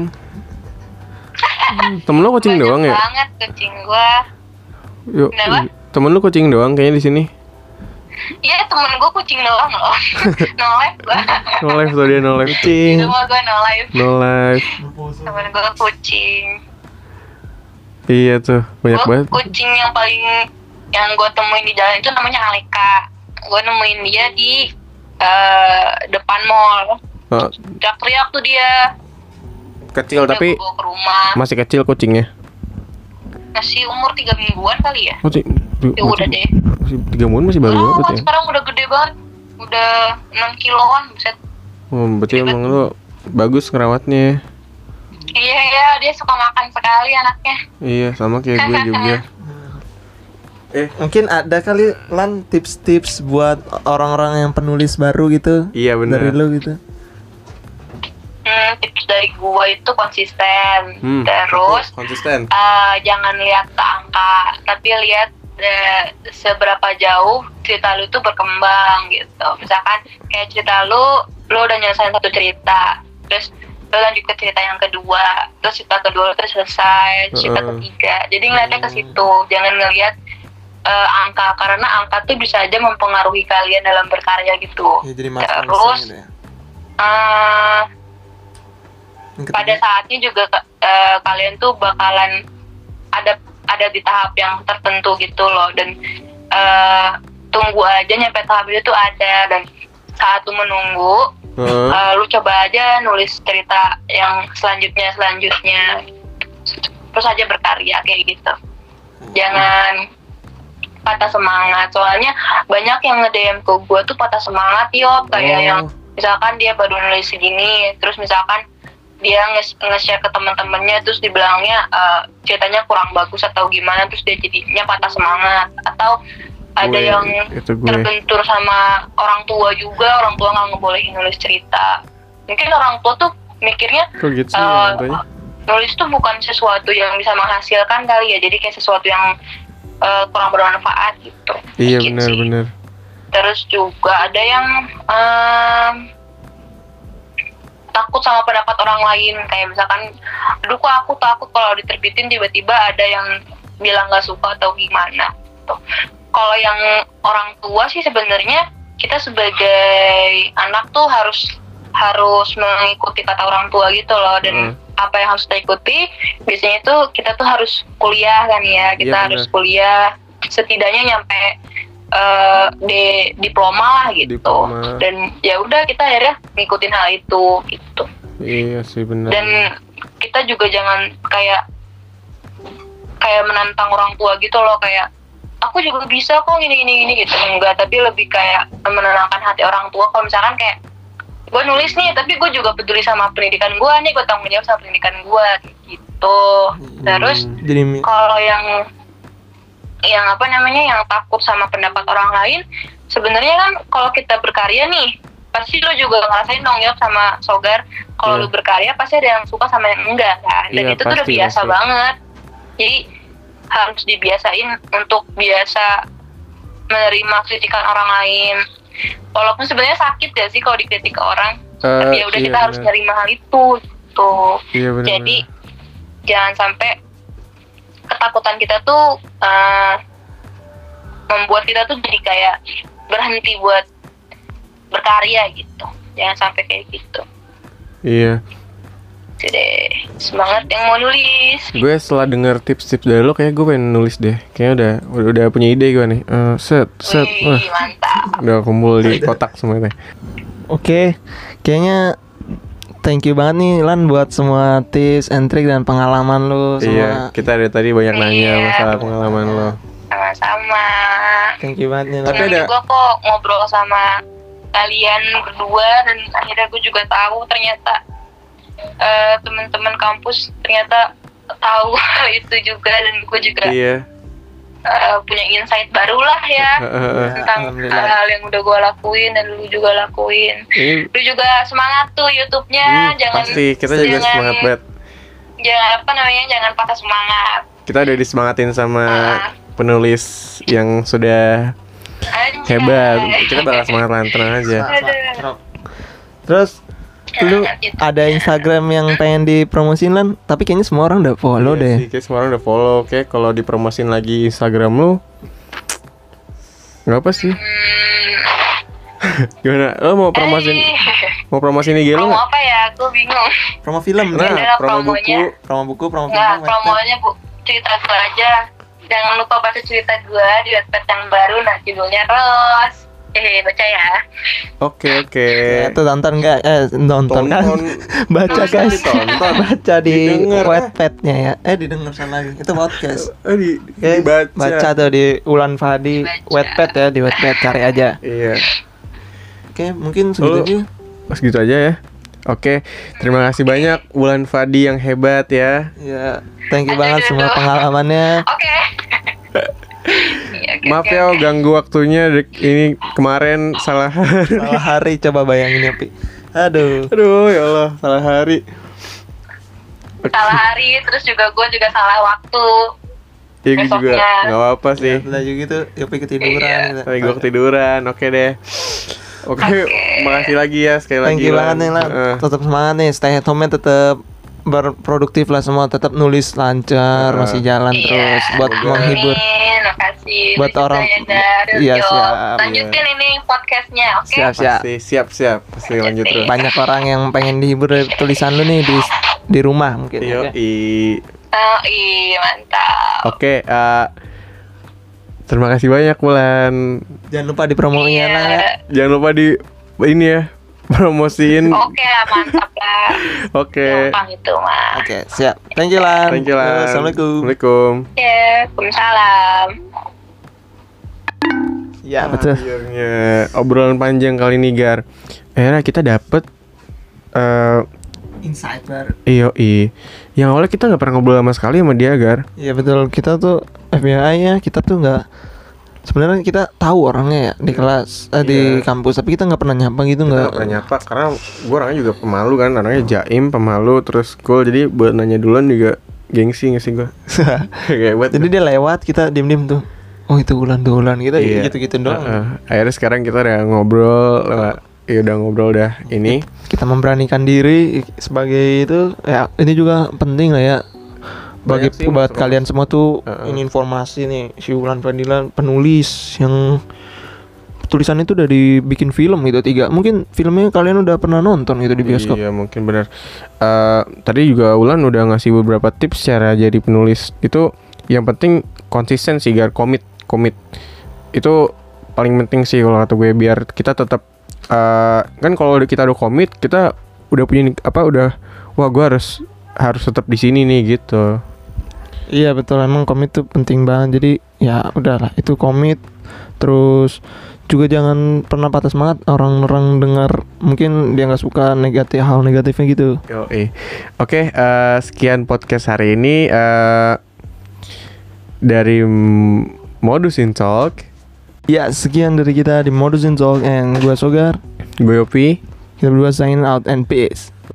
Hmm, temen lo kucing banyak doang ya? banget kucing gua. Yuk, Kenapa? temen lo kucing doang kayaknya di sini. Iya temen gue kucing doang loh. No life gue. No live tuh dia, no live. Kucing. Semua gue no life. No live. Temen gue kucing. Iya tuh, banyak Gua banget. kucing yang paling yang gue temuin di jalan itu namanya Aleka. Gue nemuin dia di uh, depan mall. Oh, Teriak-teriak tuh dia. kecil Udah tapi gua bawa ke rumah. masih kecil kucingnya. Masih umur tiga mingguan kali ya. Masih, Ya udah deh. Masih tiga bulan masih baru Oh, banget ya. sekarang udah gede banget. Udah enam kiloan, buset. Oh, berarti emang lu bagus ngerawatnya. Iya, iya, dia suka makan sekali anaknya. Iya, sama kayak gue juga. Eh, mungkin ada kali Lan tips-tips buat orang-orang yang penulis baru gitu. Iya, benar. Dari lu gitu. Hmm, tips dari gua itu konsisten. Hmm, Terus konsisten. eh, jangan lihat ke angka, tapi lihat eh, seberapa jauh cerita lu tuh berkembang gitu. Misalkan kayak cerita lu, lu udah nyelesain satu cerita, terus lu lanjut ke cerita yang kedua, terus cerita kedua lu terus selesai, cerita Uh-uh. ketiga. Jadi ngeliatnya ke situ, jangan ngelihat eh, angka, karena angka tuh bisa aja mempengaruhi kalian dalam berkarya gitu. Ya, jadi Terus gitu ya. eh, Yang pada ketiga. saatnya juga eh, kalian tuh bakalan ada ada di tahap yang tertentu gitu loh, dan eh, tunggu aja nyampe tahap itu tuh ada, dan saat lu menunggu Heeh. eh, lu coba aja nulis cerita yang selanjutnya selanjutnya terus aja berkarya kayak gitu. Jangan patah semangat, soalnya banyak yang nge-D M ke gue tuh patah semangat Yop, kayak Oh. yang misalkan dia baru nulis segini, terus misalkan dia nge- nge-share ke teman-temannya terus dibilangnya eh, ceritanya kurang bagus atau gimana, terus dia jadinya patah semangat, atau ada Gue, yang itu gue. terbentur sama orang tua juga, orang tua nggak ngebolehin nulis cerita. Mungkin orang tua tuh mikirnya Kok gitu sih eh, orang tuanya? nulis tuh bukan sesuatu yang bisa menghasilkan kali ya, jadi kayak sesuatu yang eh, kurang bermanfaat gitu. Iya, Gitu benar sih. benar. Terus juga ada yang em, takut sama pendapat orang lain, kayak misalkan, aduh kok aku takut kalau diterbitin tiba-tiba ada yang bilang nggak suka atau gimana. Gitu. Kalau yang orang tua sih sebenarnya kita sebagai anak tuh harus harus mengikuti kata orang tua gitu loh, dan Hmm. apa yang harus kita ikuti biasanya tuh kita tuh harus kuliah kan ya, kita Iya, harus benar. kuliah setidaknya nyampe eh, di diploma lah gitu. Diploma. Dan ya udah kita akhirnya ngikutin hal itu gitu. Iya sih benar. Dan kita juga jangan kayak kayak menantang orang tua gitu loh, kayak aku juga bisa kok gini gini gini gitu. Enggak, tapi lebih kayak menenangkan hati orang tua. Kalau misalkan kayak gue nulis nih, tapi gue juga peduli sama pendidikan gue nih, gue tanggung jawab sama pendidikan gue gitu. Terus Jadi mi- kalau yang yang apa namanya yang takut sama pendapat orang lain, sebenarnya kan kalau kita berkarya nih, pasti lu juga ngerasain dong ya sama Sogar, kalau Iya. lu berkarya pasti ada yang suka sama yang enggak kan, dan Iya, itu tuh udah pasti, biasa pasti. banget. Jadi harus dibiasain untuk biasa menerima kritikan orang lain, walaupun sebenarnya sakit ya sih kalau dikritik ke orang, Eh, tapi ya udah iya, kita harus benar. nerima hal itu tuh. Iya benar. Jadi jangan sampai ketakutan kita tuh uh, membuat kita tuh jadi kayak berhenti buat berkarya gitu. Jangan sampai kayak gitu. Iya. Gitu deh. Semangat yang mau nulis. Gue setelah denger tips-tips dari lo, kayak gue pengen nulis deh. Kayaknya udah udah, udah punya ide gue nih. Eh, set set. Wah, Wih, mantap. udah kumpul di kotak semuanya. Oke, kayaknya thank you banget nih Lan buat semua tips and trick dan pengalaman lu Iya, semua. kita dari tadi banyak nanya Iya. masalah pengalaman lo. Sama-sama. Thank you banget nih Lan. Tapi Senang ada- juga kok ngobrol sama kalian berdua, dan akhirnya gue juga tahu ternyata eh, teman-teman kampus ternyata tahu hal itu juga, dan gue juga Iya. eh, punya insight baru lah ya Heeh. tentang Alhamdulillah. hal-hal yang udah gue lakuin dan lu juga lakuin. Ini Lu juga semangat tuh YouTube-nya, hmm, jangan pasti kita juga jangan- semangat banget. jangan apa namanya jangan patah semangat. Kita udah disemangatin sama Ah. penulis yang sudah Anjay. hebat. Kita bakal semangat lan, tenang aja. Aduh. Terus lu Semangat gitu. ada Instagram yang pengen dipromosin Lan, tapi kayaknya semua orang udah follow Iya deh. sih, kayak semua orang udah follow. Kayak kalau dipromosin lagi Instagram lu, Nggak apa sih? Hmm, Gimana? Lo mau promosin eh, mau promosin I G lo promo nggak? apa ya? Aku bingung. Promo film, Nah, Adalah promo promonya. buku. promo buku, promo film, Nggak, Wattpad. promonya bu cerita gue aja. Jangan lupa baca cerita gue di Wattpad yang baru. Nah, judulnya Rose. Eh, baca ya. Oke oke. Ya, itu tonton nggak? Eh, nonton kan? Tonton. Baca Masa guys, ditonton? baca di Didengar, ah. Wattpad-nya ya. Eh, didengar salah lagi. Itu podcast. Eh, di, Oke, dibaca. baca tuh di Ulan Fadi Dibaca. Wattpad ya, di Wattpad cari aja. Iya. Oke, mungkin segitu Lu- aja. Pas gitu aja ya. Oke, terima kasih banyak Wulan Fadi yang hebat ya. Ya, thank you Aduh, banget aduh, semua aduh. pengalamannya. Oke. Iya, oke, Maaf oke, ya oke. ganggu waktunya dek- ini kemarin salah hari. Salah hari, coba bayangin ya, Pi. Aduh. Aduh ya Allah, salah hari. Salah hari, terus juga gue juga salah waktu. Ya gue juga Besoknya. nggak apa-apa sih. Udah juga gitu, Yopi ketiduran Iya. gitu. Tapi gue ketiduran, oke deh. Oke, makasih lagi ya sekali Thank lagi. you banget nih Lan. Heeh. Tetap semangat nih, stay at home tetap berproduktif lah semua, tetap nulis lancar, Heeh. masih jalan Iya. terus buat Semoga. menghibur. Amin, makasih. Buat Lu juga orang- ya, Dar. Iya, Yo, siap, lanjutin ini podcastnya, oke? Siap, siap. Pasti siap siap, pasti lanjut terus. Banyak orang yang pengen dihibur dari tulisan lu nih di di rumah mungkin. Yo, Oke. i. Oh, iya, mantap. Oke, eh, terima kasih banyak Wulan. Jangan lupa dipromoin Iya. lah ya. Jangan lupa di ini ya promosiin. Oke lah, mantap lah. Oke. Gampang itu mah. Oke, siap. Thank you Lan. Thank you Yo, Lan. Assalamualaikum. Assalamualaikum. Ya, Waalaikumsalam. Ya, betul. Akhirnya obrolan panjang kali ini Gar. Akhirnya kita dapet eh Insight baru. iyo i. Yang awalnya kita nggak pernah ngobrol sama sekali sama dia Gar. Iya betul, kita tuh F B I ya, kita tuh nggak, sebenarnya kita tahu orangnya ya di kelas, eh, di Iya. kampus, tapi kita nggak pernah nyapa gitu, Kita nggak. nggak pernah nyapa karena gue orangnya juga pemalu kan, orangnya jaim, pemalu, terus cool. Jadi buat nanya duluan juga gengsi nggak sih gue. Kayak buat. Jadi dia lewat, kita diem-diem tuh. Oh itu bulan-bulan kita Iya. gitu-gitu doang. Heeh. Akhirnya sekarang kita udah ngobrol, ya udah ngobrol dah ini. Kita memberanikan diri sebagai itu, ya ini juga penting lah ya. Bagi Banyak sih buat informasi. kalian semua tuh, Heeh. ini informasi nih, si Wulan Fadilan penulis yang tulisan itu udah dibikin film gitu tiga. Mungkin filmnya kalian udah pernah nonton gitu di bioskop. Iya mungkin benar. Eh, tadi juga Ulan udah ngasih beberapa tips cara jadi penulis. Itu yang penting konsisten sih, Gar, komit, komit. Itu paling penting sih kalau kata gue, biar kita tetap eh, kan kalau udah- kita udah komit, kita udah punya nik- apa udah wah gue harus harus tetap di sini nih gitu. Iya betul, emang komit tuh penting banget. Jadi ya udahlah, itu komit. Terus juga jangan pernah patah semangat orang-orang dengar, mungkin dia nggak suka negatif, hal negatifnya gitu. Yo, eh. Oke, eh, sekian podcast hari ini eh, dari mm, Modus in Talk. Ya sekian dari kita di Modus in Talk, and gue Sogar. Gue Yopi. Kita berdua sign out and peace.